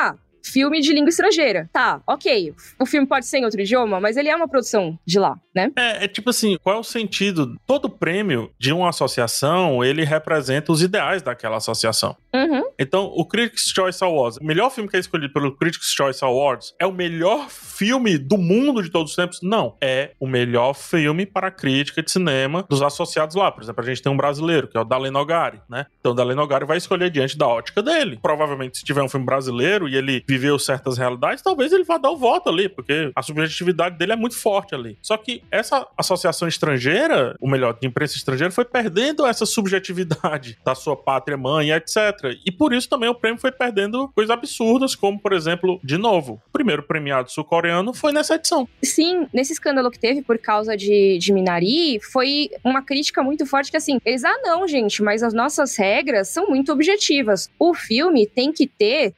filme de língua estrangeira. Tá, ok. O filme pode ser em outro idioma, mas ele é uma produção de lá, né? É tipo assim, qual é o sentido? Todo prêmio de uma associação, ele representa os ideais daquela associação. Uhum. Então, o Critics' Choice Awards, o melhor filme que é escolhido pelo Critics' Choice Awards, é o melhor filme do mundo de todos os tempos? Não. É o melhor filme para a crítica de cinema dos associados lá. Por exemplo, a gente tem um brasileiro, que é o Darlen Nogari, né? Então, o Darlen Nogari vai escolher diante da ótica dele. Provavelmente, se tiver um filme brasileiro e ele viveu certas realidades, talvez ele vá dar o voto ali, porque a subjetividade dele é muito forte ali. Só que essa associação estrangeira, ou melhor, de imprensa estrangeira, foi perdendo essa subjetividade da sua pátria mãe, etc. E por isso também o prêmio foi perdendo coisas absurdas, como, por exemplo, de novo, o primeiro premiado sul-coreano foi nessa edição. Sim, nesse escândalo que teve por causa de Minari, foi uma crítica muito forte que assim, eles, não, gente, mas as nossas regras são muito objetivas. O filme tem que ter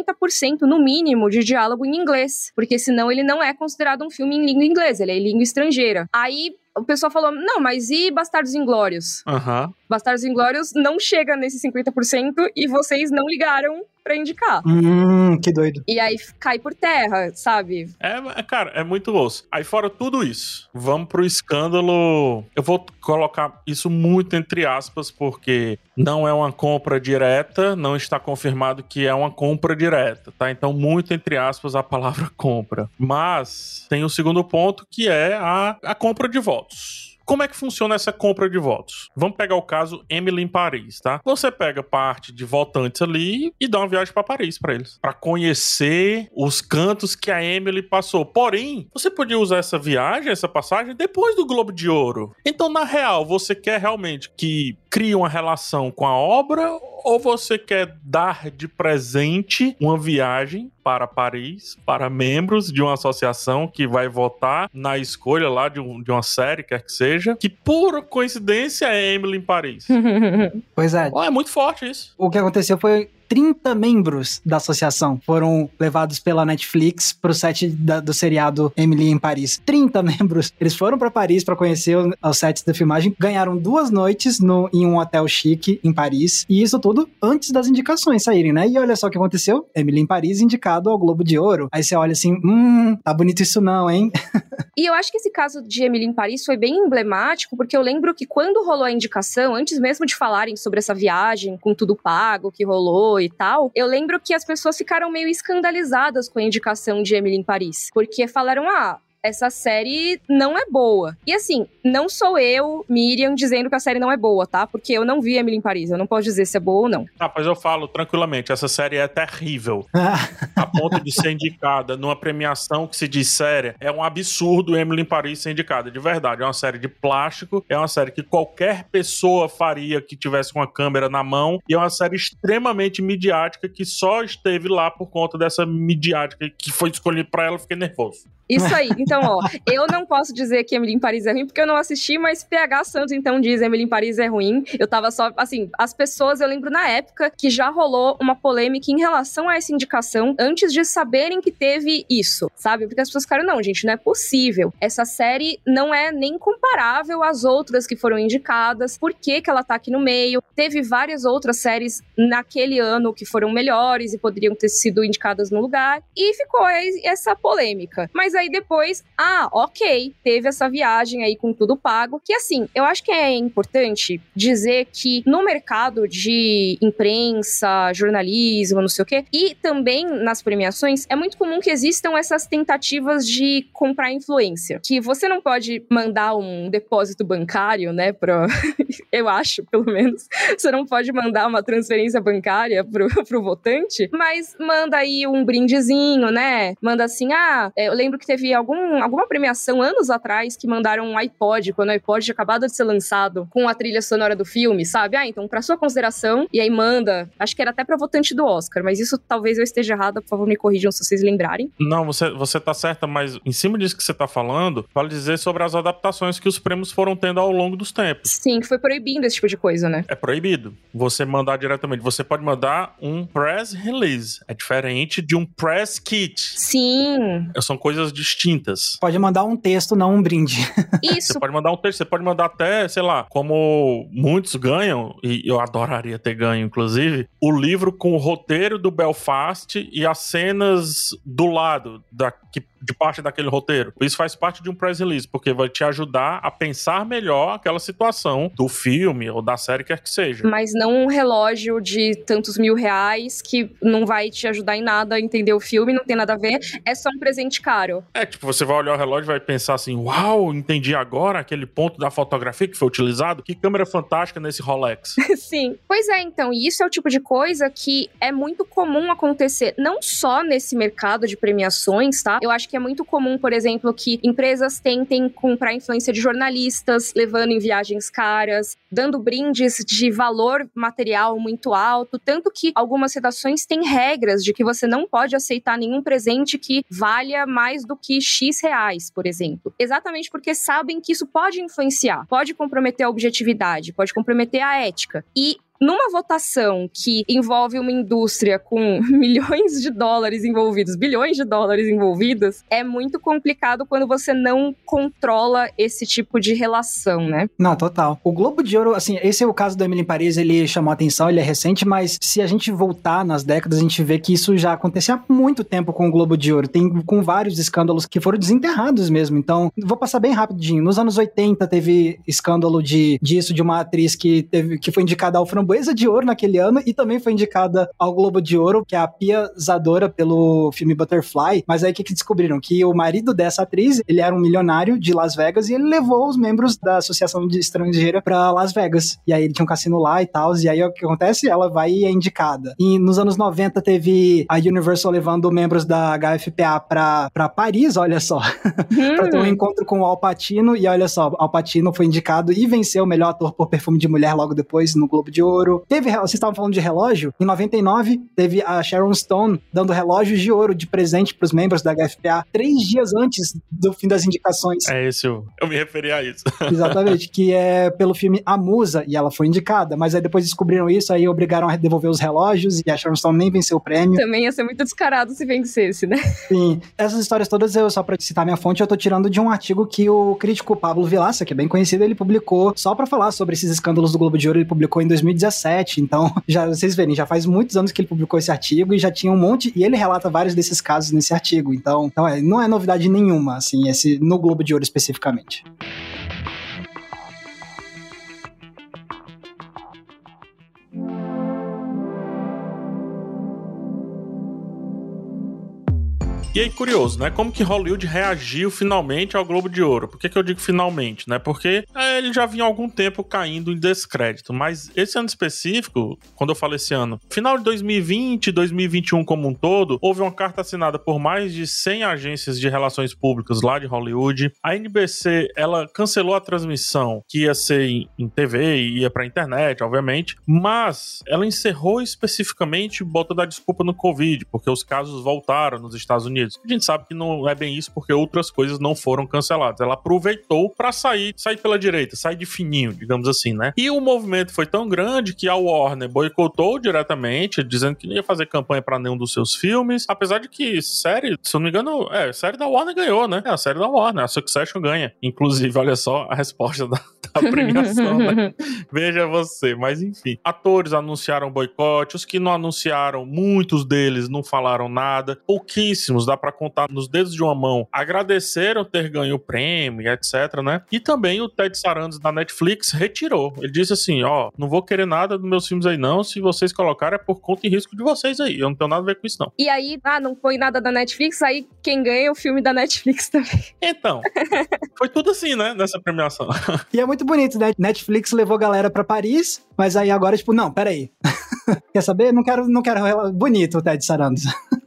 50% no mínimo de diálogo em inglês, porque senão ele não é considerado um filme em língua inglesa, ele é em língua estrangeira. Aí o pessoal falou, não, mas e Bastardos Inglórios? Aham. Bastardos Inglórios não chega nesse 50% e vocês não ligaram pra indicar. Que doido. E aí cai por terra, sabe? Cara, é muito osso. Aí fora tudo isso, vamos pro escândalo. Eu vou colocar isso muito entre aspas, porque não é uma compra direta, não está confirmado que é uma compra direta, tá? Então, muito entre aspas a palavra compra. Mas tem o segundo ponto, que é a compra de votos. Como é que funciona essa compra de votos? Vamos pegar o caso Emily em Paris, tá? Você pega parte de votantes ali e dá uma viagem pra Paris pra eles, pra conhecer os cantos que a Emily passou. Porém, você podia usar essa viagem, essa passagem, depois do Globo de Ouro. Então, na real, você quer realmente que crie uma relação com a obra ou você quer dar de presente uma viagem para Paris, para membros de uma associação que vai votar na escolha lá de uma série, quer que seja, que por coincidência é Emily em Paris? Pois é. É muito forte isso. O que aconteceu foi 30 membros da associação foram levados pela Netflix pro set do seriado Emily em Paris. 30 membros. Eles foram pra Paris pra conhecer os sets da filmagem, ganharam 2 noites em um hotel chique em Paris, e isso tudo antes das indicações saírem, né? E olha só o que aconteceu. Emily em Paris indicado ao Globo de Ouro. Aí você olha assim, tá bonito isso não, hein? E eu acho que esse caso de Emily em Paris foi bem emblemático, porque eu lembro que quando rolou a indicação, antes mesmo de falarem sobre essa viagem com tudo pago que rolou e tal, eu lembro que as pessoas ficaram meio escandalizadas com a indicação de Emily em Paris, porque falaram, essa série não é boa. E assim, não sou eu, Miriam, dizendo que a série não é boa, tá? Porque eu não vi Emily em Paris, eu não posso dizer se é boa ou não. Mas eu falo tranquilamente, essa série é terrível. A ponto de ser indicada numa premiação que se diz séria, é um absurdo Emily em Paris ser indicada, de verdade. É uma série de plástico, é uma série que qualquer pessoa faria que tivesse uma câmera na mão, e é uma série extremamente midiática que só esteve lá por conta dessa midiática que foi escolhida pra ela, eu fiquei nervoso. Isso aí. Então, eu não posso dizer que Emily em Paris é ruim, porque eu não assisti, mas PH Santos, então, diz Emily em Paris é ruim. Eu tava só, assim, as pessoas, eu lembro na época que já rolou uma polêmica em relação a essa indicação, antes de saberem que teve isso, sabe? Porque as pessoas ficaram, não, gente, não é possível. Essa série não é nem comparável às outras que foram indicadas. Por que ela tá aqui no meio? Teve várias outras séries naquele ano que foram melhores e poderiam ter sido indicadas no lugar. E ficou essa polêmica. Mas aí depois, ok, teve essa viagem aí com tudo pago, que assim, eu acho que é importante dizer que no mercado de imprensa, jornalismo, não sei o quê, e também nas premiações, é muito comum que existam essas tentativas de comprar influência, que você não pode mandar um depósito bancário, né, eu acho, pelo menos, você não pode mandar uma transferência bancária pro votante, mas manda aí um brindezinho, né, manda assim, eu lembro que teve alguma premiação anos atrás que mandaram um iPod, quando o iPod tinha acabado de ser lançado, com a trilha sonora do filme, sabe? Então, pra sua consideração, e aí manda, acho que era até pra votante do Oscar, mas isso talvez eu esteja errada, por favor me corrijam se vocês lembrarem. Não, você tá certa, mas em cima disso que você tá falando, vale dizer sobre as adaptações que os prêmios foram tendo ao longo dos tempos. Sim, foi proibindo esse tipo de coisa, né? É proibido você mandar diretamente. Você pode mandar um press release. É diferente de um press kit. Sim. São coisas distintas. Pode mandar um texto, não um brinde. Isso. Você pode mandar um texto, você pode mandar até, sei lá, como muitos ganham, e eu adoraria ter ganho, inclusive, o livro com o roteiro do Belfast e as cenas do lado de parte daquele roteiro. Isso faz parte de um press release, porque vai te ajudar a pensar melhor aquela situação do filme ou da série, quer que seja. Mas não um relógio de tantos R$1.000 que não vai te ajudar em nada a entender o filme, não tem nada a ver, é só um presente caro. Tipo, você vai olhar o relógio e vai pensar assim, uau, entendi agora aquele ponto da fotografia que foi utilizado, que câmera fantástica nesse Rolex. Sim. Pois é, então, e isso é o tipo de coisa que é muito comum acontecer, não só nesse mercado de premiações, tá? Eu acho que é muito comum, por exemplo, que empresas tentem comprar influência de jornalistas, levando em viagens caras, dando brindes de valor material muito alto, tanto que algumas redações têm regras de que você não pode aceitar nenhum presente que valha mais do que X reais, por exemplo. Exatamente porque sabem que isso pode influenciar, pode comprometer a objetividade, pode comprometer a ética. E numa votação que envolve uma indústria com milhões de dólares envolvidos, bilhões de dólares envolvidos, é muito complicado quando você não controla esse tipo de relação, né? Não, total. O Globo de Ouro, assim, esse é o caso do Emily in Paris, ele chamou a atenção, ele é recente, mas se a gente voltar nas décadas, a gente vê que isso já acontecia há muito tempo com o Globo de Ouro. Tem com vários escândalos que foram desenterrados mesmo. Então, vou passar bem rapidinho. Nos anos 80 teve escândalo disso, de uma atriz que foi indicada ao Framboesa de Ouro naquele ano e também foi indicada ao Globo de Ouro, que é a Pia Zadora, pelo filme Butterfly. Mas aí o que descobriram? Que o marido dessa atriz, ele era um milionário de Las Vegas e ele levou os membros da Associação de Estrangeira pra Las Vegas. E aí ele tinha um cassino lá e tal, e aí o que acontece? Ela vai e é indicada. E nos anos 90 teve a Universal levando membros da HFPA pra Paris, olha só, pra ter um encontro com o Al Pacino, e olha só, Al Pacino foi indicado e venceu o melhor ator por perfume de mulher logo depois no Globo de Ouro. Vocês estavam falando de relógio? Em 99, teve a Sharon Stone dando relógios de ouro de presente pros membros da HFPA 3 dias antes do fim das indicações. É isso, eu me referi a isso. Exatamente, que é pelo filme A Musa, e ela foi indicada, mas aí depois descobriram isso, aí obrigaram a devolver os relógios, e a Sharon Stone nem venceu o prêmio. Também ia ser muito descarado se vencesse, né? Sim, essas histórias todas, só pra citar minha fonte, eu tô tirando de um artigo que o crítico Pablo Vilaça, que é bem conhecido, ele publicou só pra falar sobre esses escândalos do Globo de Ouro, ele publicou em 2017, então, vocês verem, já faz muitos anos que ele publicou esse artigo e já tinha um monte, e ele relata vários desses casos nesse artigo, então não é novidade nenhuma, assim, no Globo de Ouro especificamente. E aí, curioso, né? Como que Hollywood reagiu finalmente ao Globo de Ouro? Por que eu digo finalmente, né? Porque ele já vinha há algum tempo caindo em descrédito. Mas esse ano específico, quando eu falo esse ano, final de 2020, 2021 como um todo, houve uma carta assinada por mais de 100 agências de relações públicas lá de Hollywood. A NBC, ela cancelou a transmissão, que ia ser em TV e ia pra internet, obviamente, mas ela encerrou especificamente botando a desculpa no Covid, porque os casos voltaram nos Estados Unidos. A gente sabe que não é bem isso, porque outras coisas não foram canceladas. Ela aproveitou pra sair pela direita, sair de fininho, digamos assim, né? E o movimento foi tão grande que a Warner boicotou diretamente, dizendo que não ia fazer campanha pra nenhum dos seus filmes, apesar de que série, se eu não me engano, a série da Warner ganhou, né? É a série da Warner, a Succession ganha. Inclusive, olha só a resposta da premiação, né? Veja você, mas enfim. Atores anunciaram boicote, os que não anunciaram, muitos deles não falaram nada, pouquíssimos, dá pra contar nos dedos de uma mão, agradeceram ter ganho o prêmio, etc, né? E também o Ted Sarandos da Netflix retirou. Ele disse assim, não vou querer nada dos meus filmes aí não, se vocês colocarem é por conta e risco de vocês aí, eu não tenho nada a ver com isso não. E aí, não põe nada da Netflix, aí quem ganha é o filme da Netflix também. Então, foi tudo assim, né, nessa premiação. E é muito bonito, né? Netflix levou a galera pra Paris, mas aí agora, tipo, não, peraí. Quer saber? Não quero... Bonito o Ted Sarandos.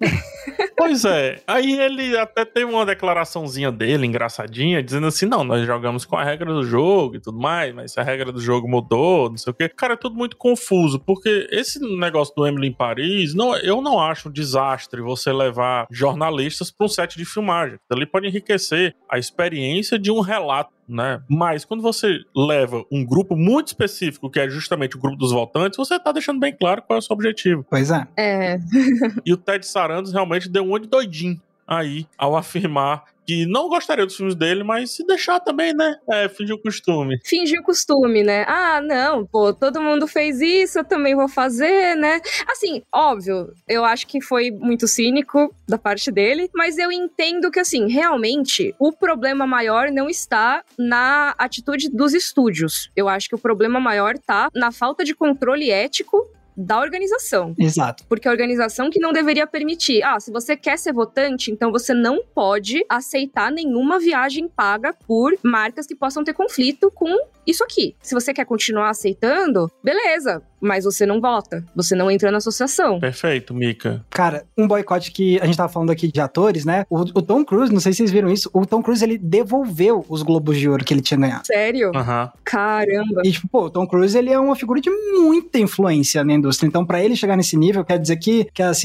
Pois é, aí ele até teve uma declaraçãozinha dele, engraçadinha, dizendo assim, não, nós jogamos com a regra do jogo e tudo mais, mas se a regra do jogo mudou, não sei o quê. Cara, é tudo muito confuso, porque esse negócio do Emily in Paris, eu não acho um desastre você levar jornalistas para um set de filmagem. Ali pode enriquecer a experiência de um relato, né? Mas quando você leva um grupo muito específico, que é justamente o grupo dos votantes, você tá deixando bem claro qual é o seu objetivo. Pois é. É. E o Ted Sarandos realmente deu um olho doidinho aí, ao afirmar que não gostaria dos filmes dele, mas se deixar também, né? Fingir o costume. Fingir o costume, né? Ah, não, pô, todo mundo fez isso, eu também vou fazer, né? Assim, óbvio, eu acho que foi muito cínico da parte dele, mas eu entendo que, assim, realmente, o problema maior não está na atitude dos estúdios. Eu acho que o problema maior tá na falta de controle ético da organização. Exato. Porque a organização que não deveria permitir. Se você quer ser votante, então você não pode aceitar nenhuma viagem paga por marcas que possam ter conflito com isso aqui. Se você quer continuar aceitando, beleza, mas você não vota, você não entra na associação. Perfeito, Mika. Cara, um boicote que a gente tava falando aqui de atores, né? O Tom Cruise, não sei se vocês viram isso, o Tom Cruise, ele devolveu os Globos de Ouro que ele tinha ganhado. Sério? Uhum. Caramba. E, tipo, pô, o Tom Cruise, ele é uma figura de muita influência na indústria. Então, pra ele chegar nesse nível, quer dizer que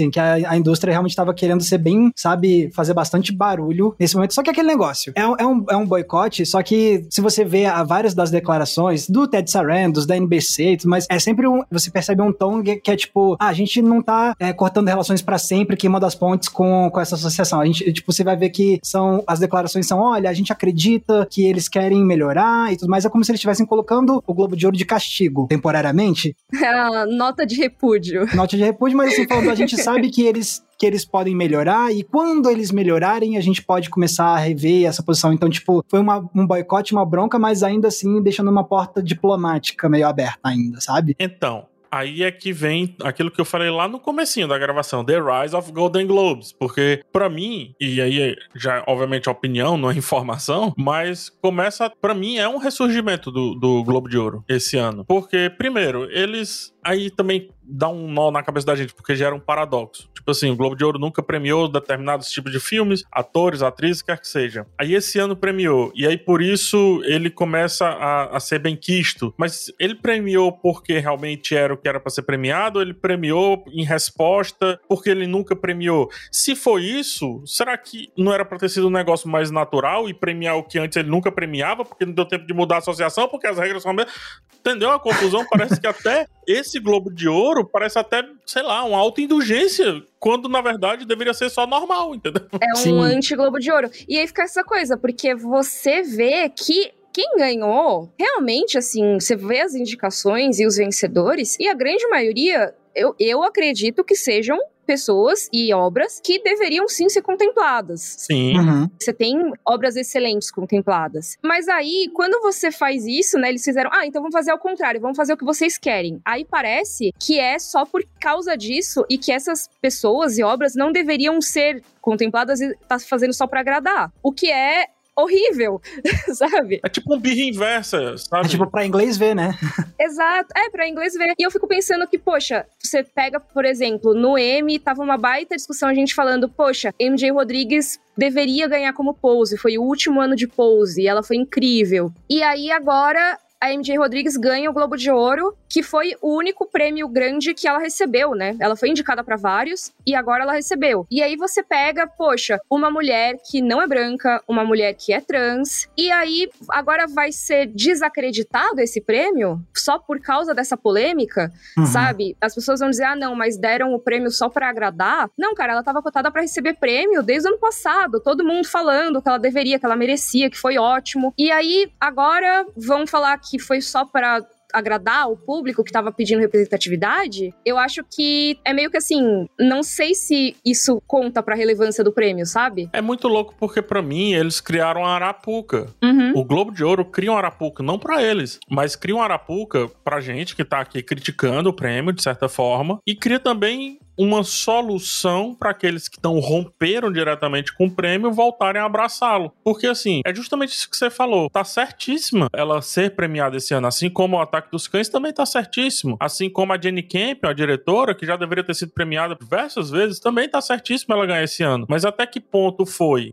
a indústria realmente tava querendo ser bem, sabe, fazer bastante barulho nesse momento. Só que aquele negócio, é um boicote, só que se você vê várias das declarações do Ted Sarandos, da NBC e tudo mais, é sempre você percebe um tom que é tipo, a gente não tá cortando relações pra sempre, queimando as pontes com essa associação. A gente, tipo, você vai ver que as declarações são, olha, a gente acredita que eles querem melhorar e tudo mais. É como se eles estivessem colocando o Globo de Ouro de castigo, temporariamente. Nota de repúdio. Nota de repúdio, mas assim, falando, a gente sabe que eles podem melhorar, e quando eles melhorarem, a gente pode começar a rever essa posição. Então, tipo, foi um boicote, uma bronca, mas ainda assim deixando uma porta diplomática meio aberta ainda, sabe? Então, aí é que vem aquilo que eu falei lá no comecinho da gravação, The Rise of Golden Globes, porque pra mim, e aí já obviamente opinião, não é informação, mas pra mim é um ressurgimento do Globo de Ouro esse ano, porque primeiro, eles aí também dá um nó na cabeça da gente, porque gera um paradoxo. Tipo assim, o Globo de Ouro nunca premiou determinados tipos de filmes, atores, atrizes, quer que seja. Aí esse ano premiou, e aí por isso ele começa a ser bem quisto. Mas ele premiou porque realmente era o que era pra ser premiado, ou ele premiou em resposta porque ele nunca premiou? Se for isso, será que não era pra ter sido um negócio mais natural e premiar o que antes ele nunca premiava, porque não deu tempo de mudar a associação, porque as regras são mesmo? Entendeu a confusão? Parece que até esse Globo de Ouro parece até, sei lá, uma autoindulgência, quando na verdade deveria ser só normal, entendeu? É um anti-Globo de Ouro. E aí fica essa coisa, porque você vê que quem ganhou, realmente, assim, você vê as indicações e os vencedores, e a grande maioria, eu acredito que sejam pessoas e obras que deveriam sim ser contempladas. Sim. Uhum. Você tem obras excelentes contempladas. Mas aí, quando você faz isso, né, eles fizeram, então vamos fazer ao contrário, vamos fazer o que vocês querem. Aí parece que é só por causa disso e que essas pessoas e obras não deveriam ser contempladas e tá fazendo só pra agradar. O que é horrível, sabe? É tipo um birra inversa, sabe? É tipo pra inglês ver, né? Exato, pra inglês ver. E eu fico pensando que, poxa, você pega, por exemplo, no Emmy, tava uma baita discussão, a gente falando, poxa, MJ Rodrigues deveria ganhar como Pose, foi o último ano de Pose, e ela foi incrível. E aí agora a MJ Rodrigues ganha o Globo de Ouro, que foi o único prêmio grande que ela recebeu, né? Ela foi indicada pra vários e agora ela recebeu. E aí você pega, poxa, uma mulher que não é branca, uma mulher que é trans, e aí agora vai ser desacreditado esse prêmio só por causa dessa polêmica, sabe? As pessoas vão dizer, não, mas deram o prêmio só pra agradar. Não, cara, ela tava cotada pra receber prêmio desde o ano passado, todo mundo falando que ela deveria, que ela merecia, que foi ótimo. E aí, agora, vão falar que foi só pra agradar o público que tava pedindo representatividade. Eu acho que é meio que assim, não sei se isso conta pra relevância do prêmio, sabe? É muito louco porque pra mim eles criaram a Arapuca. O Globo de Ouro cria uma Arapuca, não pra eles, mas cria uma Arapuca pra gente que tá aqui criticando o prêmio de certa forma, e cria também uma solução para aqueles que romperam diretamente com o prêmio voltarem a abraçá-lo. Porque, assim, é justamente isso que você falou. Tá certíssima ela ser premiada esse ano. Assim como o Ataque dos Cães também tá certíssimo. Assim como a Jenny Campion, a diretora, que já deveria ter sido premiada diversas vezes, também tá certíssima ela ganhar esse ano. Mas até que ponto foi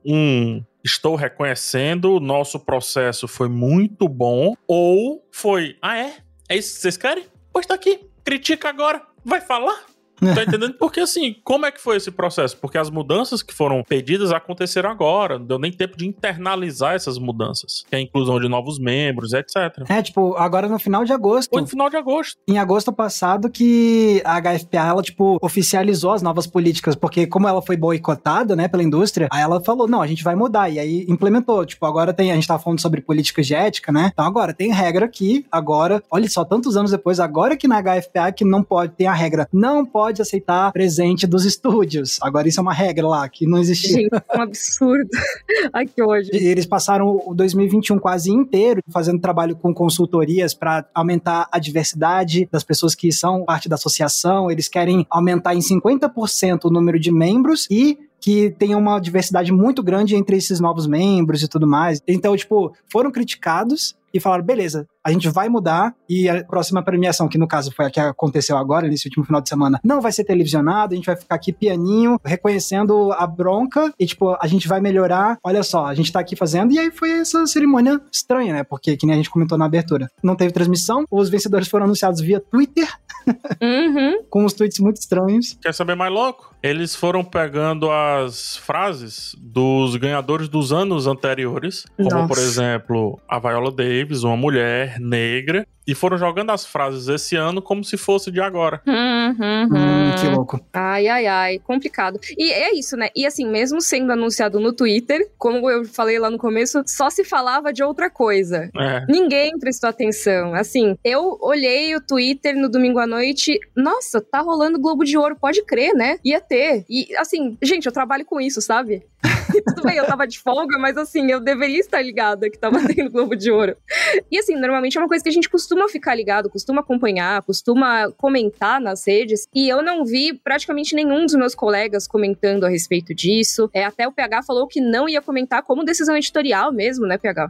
estou reconhecendo, o nosso processo foi muito bom, ou foi, é isso que vocês querem? Pois tá aqui, critica agora, vai falar? Tá entendendo? Porque assim, como é que foi esse processo? Porque as mudanças que foram pedidas aconteceram agora, não deu nem tempo de internalizar essas mudanças, que é a inclusão de novos membros, etc. Tipo, agora no final de agosto. Foi no final de agosto. Em agosto passado que a HFPA, ela, tipo, oficializou as novas políticas, porque como ela foi boicotada, né, pela indústria, aí ela falou, não, a gente vai mudar, e aí implementou, tipo, agora a gente tava falando sobre políticas de ética, né, então agora tem regra que, agora, olha só, tantos anos depois, agora que na HFPA que não pode, tem a regra, não pode aceitar presente dos estúdios, agora isso é uma regra lá, que não existia. Gente, é um absurdo. Ai, que ódio. E eles passaram o 2021 quase inteiro fazendo trabalho com consultorias para aumentar a diversidade das pessoas que são parte da associação, eles querem aumentar em 50% o número de membros e que tenha uma diversidade muito grande entre esses novos membros e tudo mais. Então, tipo, foram criticados e falaram, beleza, a gente vai mudar e a próxima premiação, que no caso foi a que aconteceu agora, nesse último final de semana, não vai ser televisionada, a gente vai ficar aqui pianinho, reconhecendo a bronca e, tipo, a gente vai melhorar, olha só, a gente tá aqui fazendo, e aí foi essa cerimônia estranha, né, porque, que nem a gente comentou na abertura, não teve transmissão, os vencedores foram anunciados via Twitter, com uns tweets muito estranhos. Quer saber mais louco? Eles foram pegando as frases dos ganhadores dos anos anteriores, como, por exemplo, a Viola Davis, uma mulher negra, e foram jogando as frases esse ano como se fosse de agora. Que louco. Ai, complicado. E é isso, né? E assim, mesmo sendo anunciado no Twitter, como eu falei lá no começo, só se falava de outra coisa. Ninguém prestou atenção. Assim, eu olhei o Twitter no domingo à noite, nossa, tá rolando Globo de Ouro, pode crer, né? Ia ter. E assim, gente, eu trabalho com isso, sabe? Tudo bem, eu tava de folga, mas assim, eu deveria estar ligada que tava tendo Globo de Ouro. E assim, normalmente é uma coisa que a gente costuma ficar ligado, costuma acompanhar, costuma comentar nas redes, e eu não vi praticamente nenhum dos meus colegas comentando a respeito disso. Até o PH falou que não ia comentar como decisão editorial mesmo, né, PH?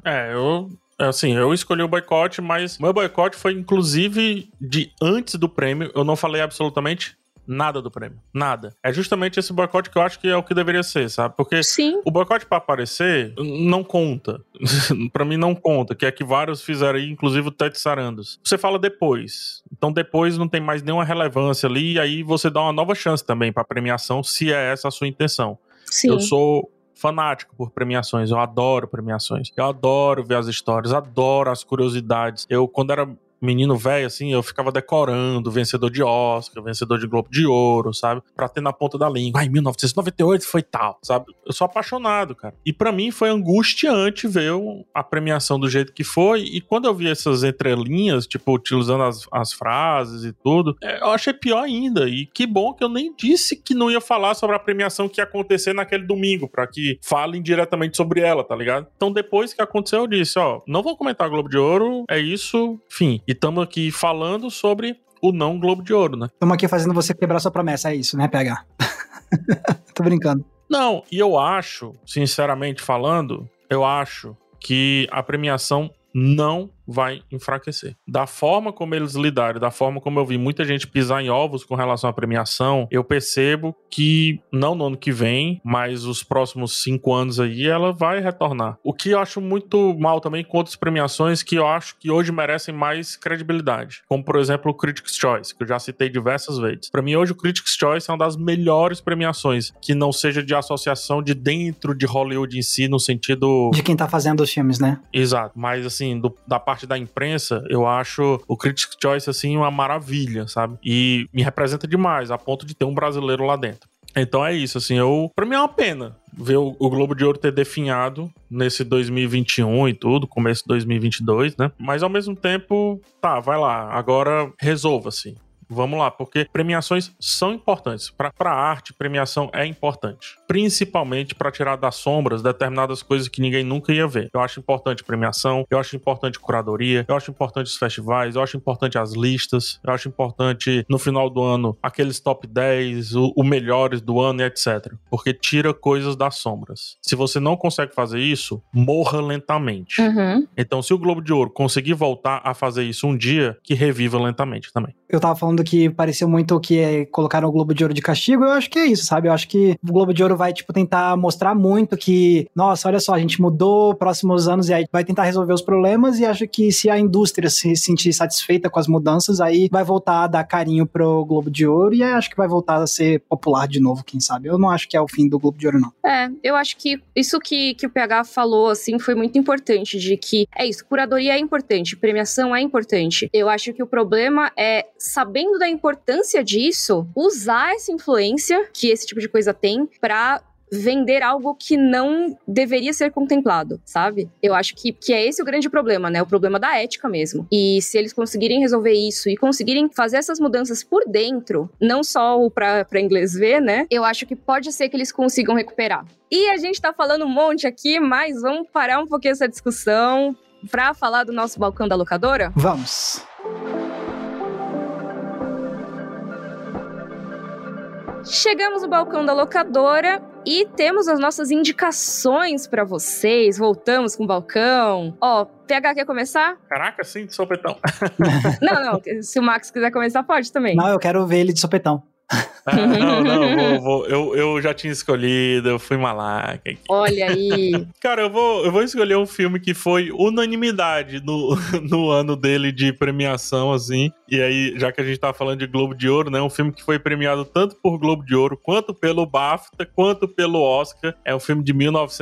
Eu escolhi o boicote, mas meu boicote foi inclusive de antes do prêmio, eu não falei absolutamente nada do prêmio. Nada. É justamente esse boicote que eu acho que é o que deveria ser, sabe? Porque o boicote pra aparecer não conta. Pra mim não conta, que é que vários fizeram aí, inclusive o Tete Sarandos. Você fala depois. Então depois não tem mais nenhuma relevância ali, e aí você dá uma nova chance também pra premiação, se é essa a sua intenção. Eu sou fanático por premiações, eu adoro premiações. Eu adoro ver as histórias, adoro as curiosidades. Eu, quando era menino velho, assim, eu ficava decorando vencedor de Oscar, vencedor de Globo de Ouro, sabe? Pra ter na ponta da língua. 1998 foi tal, sabe? Eu sou apaixonado, cara. E pra mim foi angustiante ver a premiação do jeito que foi. E quando eu vi essas entrelinhas, tipo, utilizando as frases e tudo, eu achei pior ainda. E que bom que eu nem disse que não ia falar sobre a premiação que ia acontecer naquele domingo, pra que falem diretamente sobre ela, tá ligado? Então depois que aconteceu, eu disse, não vou comentar Globo de Ouro, é isso, fim. E estamos aqui falando sobre o não Globo de Ouro, né? Estamos aqui fazendo você quebrar sua promessa, é isso, né, PH? Tô brincando. Não, e eu acho, sinceramente falando, que a premiação não vai enfraquecer. Da forma como eles lidaram, da forma como eu vi muita gente pisar em ovos com relação à premiação, eu percebo que, não no ano que vem, mas os próximos 5 anos aí, ela vai retornar. O que eu acho muito mal também com outras premiações que eu acho que hoje merecem mais credibilidade. Como, por exemplo, o Critics' Choice, que eu já citei diversas vezes. Pra mim, hoje, o Critics' Choice é uma das melhores premiações, que não seja de associação de dentro de Hollywood em si, no sentido... de quem tá fazendo os filmes, né? Exato. Mas, assim, da parte da imprensa, eu acho o Critics' Choice, assim, uma maravilha, sabe? E me representa demais, a ponto de ter um brasileiro lá dentro. Então é isso, assim, pra mim é uma pena ver o Globo de Ouro ter definhado nesse 2021 e tudo, começo de 2022, né? Mas ao mesmo tempo, vai lá, agora resolva-se. Vamos lá, porque premiações são importantes. Para a arte, premiação é importante. Principalmente para tirar das sombras determinadas coisas que ninguém nunca ia ver. Eu acho importante premiação, eu acho importante curadoria, eu acho importante os festivais, eu acho importante as listas, eu acho importante no final do ano aqueles top 10, o melhores do ano e etc. Porque tira coisas das sombras. Se você não consegue fazer isso, morra lentamente. Então, se o Globo de Ouro conseguir voltar a fazer isso um dia, que reviva lentamente também. Eu tava falando falando que pareceu muito que colocaram o Globo de Ouro de castigo. Eu acho que é isso, sabe? Eu acho que o Globo de Ouro vai, tipo, tentar mostrar muito que, nossa, olha só, a gente mudou próximos anos e aí vai tentar resolver os problemas, e acho que se a indústria se sentir satisfeita com as mudanças, aí vai voltar a dar carinho pro Globo de Ouro, e aí acho que vai voltar a ser popular de novo, quem sabe. Eu não acho que é o fim do Globo de Ouro, não. Eu acho que isso que o PH falou, assim, foi muito importante, de que é isso, curadoria é importante, premiação é importante. Eu acho que o problema é, sabendo da importância disso, usar essa influência que esse tipo de coisa tem pra vender algo que não deveria ser contemplado, sabe? Eu acho que é esse o grande problema, né? O problema da ética mesmo. E se eles conseguirem resolver isso e conseguirem fazer essas mudanças por dentro, não só pra inglês ver, né? Eu acho que pode ser que eles consigam recuperar. E a gente tá falando um monte aqui, mas vamos parar um pouquinho essa discussão pra falar do nosso balcão da locadora? Vamos! Chegamos no balcão da locadora e temos as nossas indicações pra vocês. Voltamos com o balcão. Ó, PH quer começar? Caraca, sim, de sopetão. Não. Se o Max quiser começar, pode também. Não, eu quero ver ele de sopetão. Não, eu já tinha escolhido, eu fui malaca aqui. Olha aí. Cara, eu vou escolher um filme que foi unanimidade no ano dele de premiação, assim. E aí, já que a gente tá falando de Globo de Ouro, né? Um filme que foi premiado tanto por Globo de Ouro, quanto pelo BAFTA, quanto pelo Oscar. É um filme de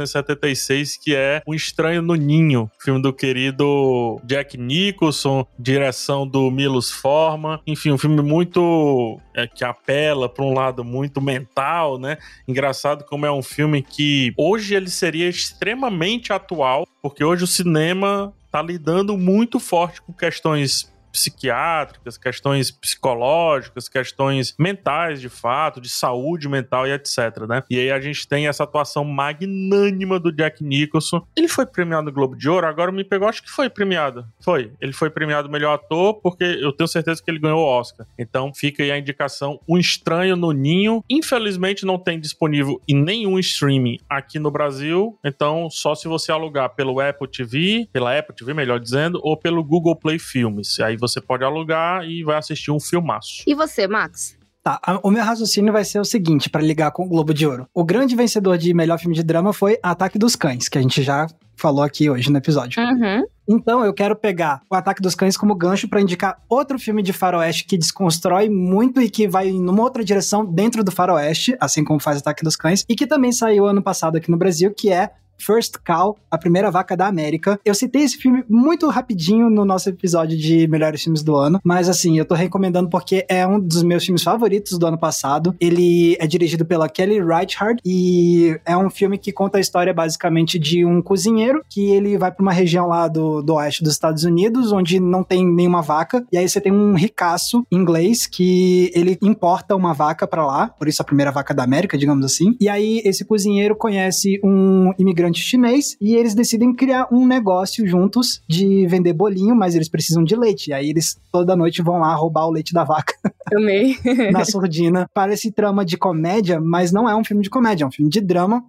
1976, que é Um Estranho no Ninho. Filme do querido Jack Nicholson, direção do Milos Forman. Enfim, um filme muito... que apela para um lado muito mental, né? Engraçado como é um filme que hoje ele seria extremamente atual, porque hoje o cinema tá lidando muito forte com questões psiquiátricas, questões psicológicas, questões mentais, de fato, de saúde mental e etc, né? E aí a gente tem essa atuação magnânima do Jack Nicholson. Ele foi premiado no Globo de Ouro, agora me pegou, acho que foi premiado. Foi. Ele foi premiado melhor ator, porque eu tenho certeza que ele ganhou o Oscar. Então fica aí a indicação, Um Estranho no Ninho. Infelizmente não tem disponível em nenhum streaming aqui no Brasil, então só se você alugar pelo Apple TV, pela Apple TV, melhor dizendo, ou pelo Google Play Filmes. Aí você pode alugar e vai assistir um filmaço. E você, Max? Tá, o meu raciocínio vai ser o seguinte, pra ligar com o Globo de Ouro. O grande vencedor de melhor filme de drama foi Ataque dos Cães, que a gente já falou aqui hoje no episódio. Uhum. Então eu quero pegar o Ataque dos Cães como gancho pra indicar outro filme de faroeste que desconstrói muito e que vai numa outra direção dentro do faroeste, assim como faz Ataque dos Cães, e que também saiu ano passado aqui no Brasil, que é First Cow, A Primeira Vaca da América. Eu citei esse filme muito rapidinho no nosso episódio de melhores filmes do ano, mas assim, eu tô recomendando porque é um dos meus filmes favoritos do ano passado. Ele é dirigido pela Kelly Reichardt e é um filme que conta a história basicamente de um cozinheiro que ele vai pra uma região lá do oeste dos Estados Unidos, onde não tem nenhuma vaca, e aí você tem um ricaço inglês que ele importa uma vaca pra lá, por isso a primeira vaca da América, digamos assim, e aí esse cozinheiro conhece um imigrante chinês e eles decidem criar um negócio juntos de vender bolinho, mas eles precisam de leite, e aí eles toda noite vão lá roubar o leite da vaca. Amei. Na surdina. Parece trama de comédia, mas não é um filme de comédia, é um filme de drama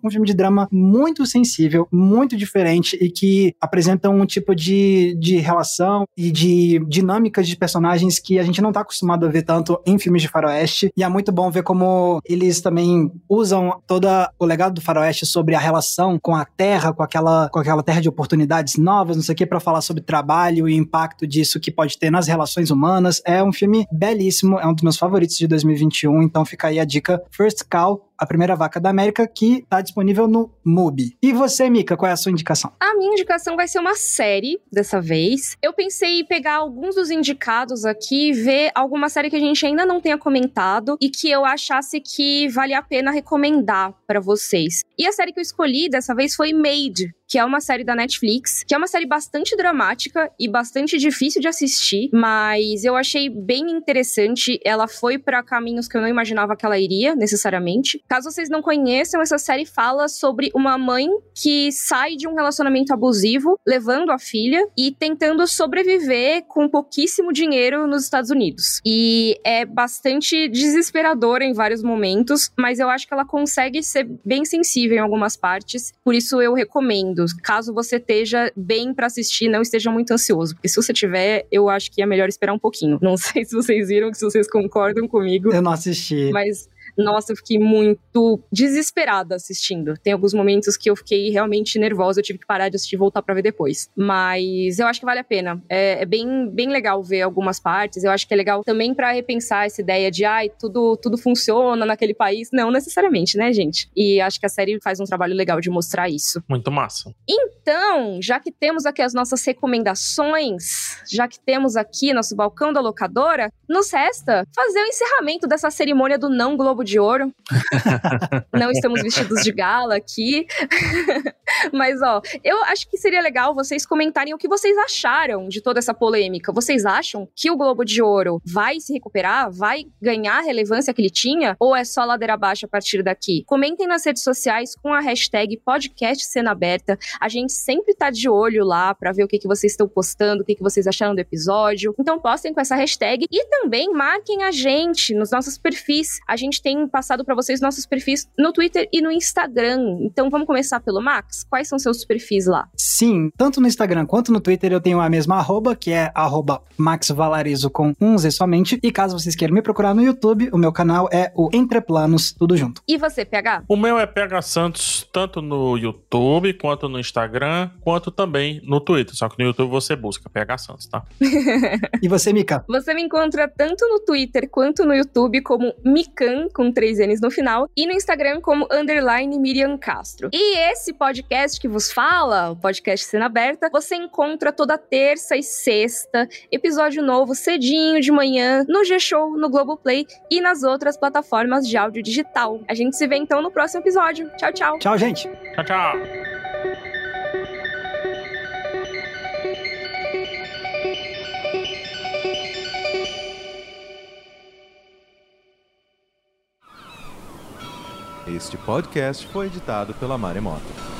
muito sensível, muito diferente e que apresenta um tipo de relação e de dinâmicas de personagens que a gente não tá acostumado a ver tanto em filmes de faroeste, e é muito bom ver como eles também usam todo o legado do faroeste sobre a relação com a terra, com aquela terra de oportunidades novas, não sei o que, pra falar sobre trabalho e o impacto disso que pode ter nas relações humanas. É um filme belíssimo, é um dos meus favoritos de 2021, então fica aí a dica, First Cow, A Primeira Vaca da América, que tá disponível no MUBI. E você, Mika, qual é a sua indicação? A minha indicação vai ser uma série, dessa vez. Eu pensei em pegar alguns dos indicados aqui e ver alguma série que a gente ainda não tenha comentado e que eu achasse que vale a pena recomendar pra vocês. E a série que eu escolhi dessa vez foi Made, que é uma série da Netflix, que é uma série bastante dramática e bastante difícil de assistir, mas eu achei bem interessante. Ela foi pra caminhos que eu não imaginava que ela iria, necessariamente. Caso vocês não conheçam, essa série fala sobre uma mãe que sai de um relacionamento abusivo, levando a filha e tentando sobreviver com pouquíssimo dinheiro nos Estados Unidos. E é bastante desesperadora em vários momentos, mas eu acho que ela consegue ser bem sensível em algumas partes, por isso eu recomendo. rápido, caso você esteja bem pra assistir, não esteja muito ansioso. Porque se você tiver, eu acho que é melhor esperar um pouquinho. Não sei se vocês viram, se vocês concordam comigo. Eu não assisti. Mas... nossa, eu fiquei muito desesperada assistindo. Tem alguns momentos que eu fiquei realmente nervosa, eu tive que parar de assistir e voltar pra ver depois. Mas eu acho que vale a pena. É bem legal ver algumas partes. Eu acho que é legal também pra repensar essa ideia de tudo funciona naquele país. Não necessariamente, né, gente? E acho que a série faz um trabalho legal de mostrar isso. Muito massa. Então, já que temos aqui as nossas recomendações, já que temos aqui nosso balcão da locadora, nos resta fazer o encerramento dessa cerimônia do não Globo de Ouro. Não estamos vestidos de gala aqui. Mas, eu acho que seria legal vocês comentarem o que vocês acharam de toda essa polêmica. Vocês acham que o Globo de Ouro vai se recuperar? Vai ganhar a relevância que ele tinha? Ou é só ladeira abaixo a partir daqui? Comentem nas redes sociais com a hashtag podcast Cena Aberta. A gente sempre tá de olho lá pra ver o que vocês estão postando, o que vocês acharam do episódio. Então postem com essa hashtag e também marquem a gente nos nossos perfis. A gente tem passado pra vocês nossos perfis no Twitter e no Instagram. Então vamos começar pelo Max? Quais são seus perfis lá? Sim, tanto no Instagram quanto no Twitter eu tenho a mesma arroba, que é @maxvalarizo com um Z somente. E caso vocês queiram me procurar no YouTube, o meu canal é o Entreplanos, tudo junto. E você, PH? O meu é PH Santos, tanto no YouTube, quanto no Instagram, quanto também no Twitter. Só que no YouTube você busca PH Santos, tá? E você, Mika? Você me encontra tanto no Twitter quanto no YouTube como Mikan, com 3 N's no final, e no Instagram como _Miriam Castro. E esse podcast que vos fala, o podcast Cena Aberta, você encontra toda terça e sexta, episódio novo cedinho de manhã, no G-Show, no Globoplay e nas outras plataformas de áudio digital. A gente se vê então no próximo episódio. Tchau, tchau. Tchau, gente. Tchau, tchau. Este podcast foi editado pela Maremoto.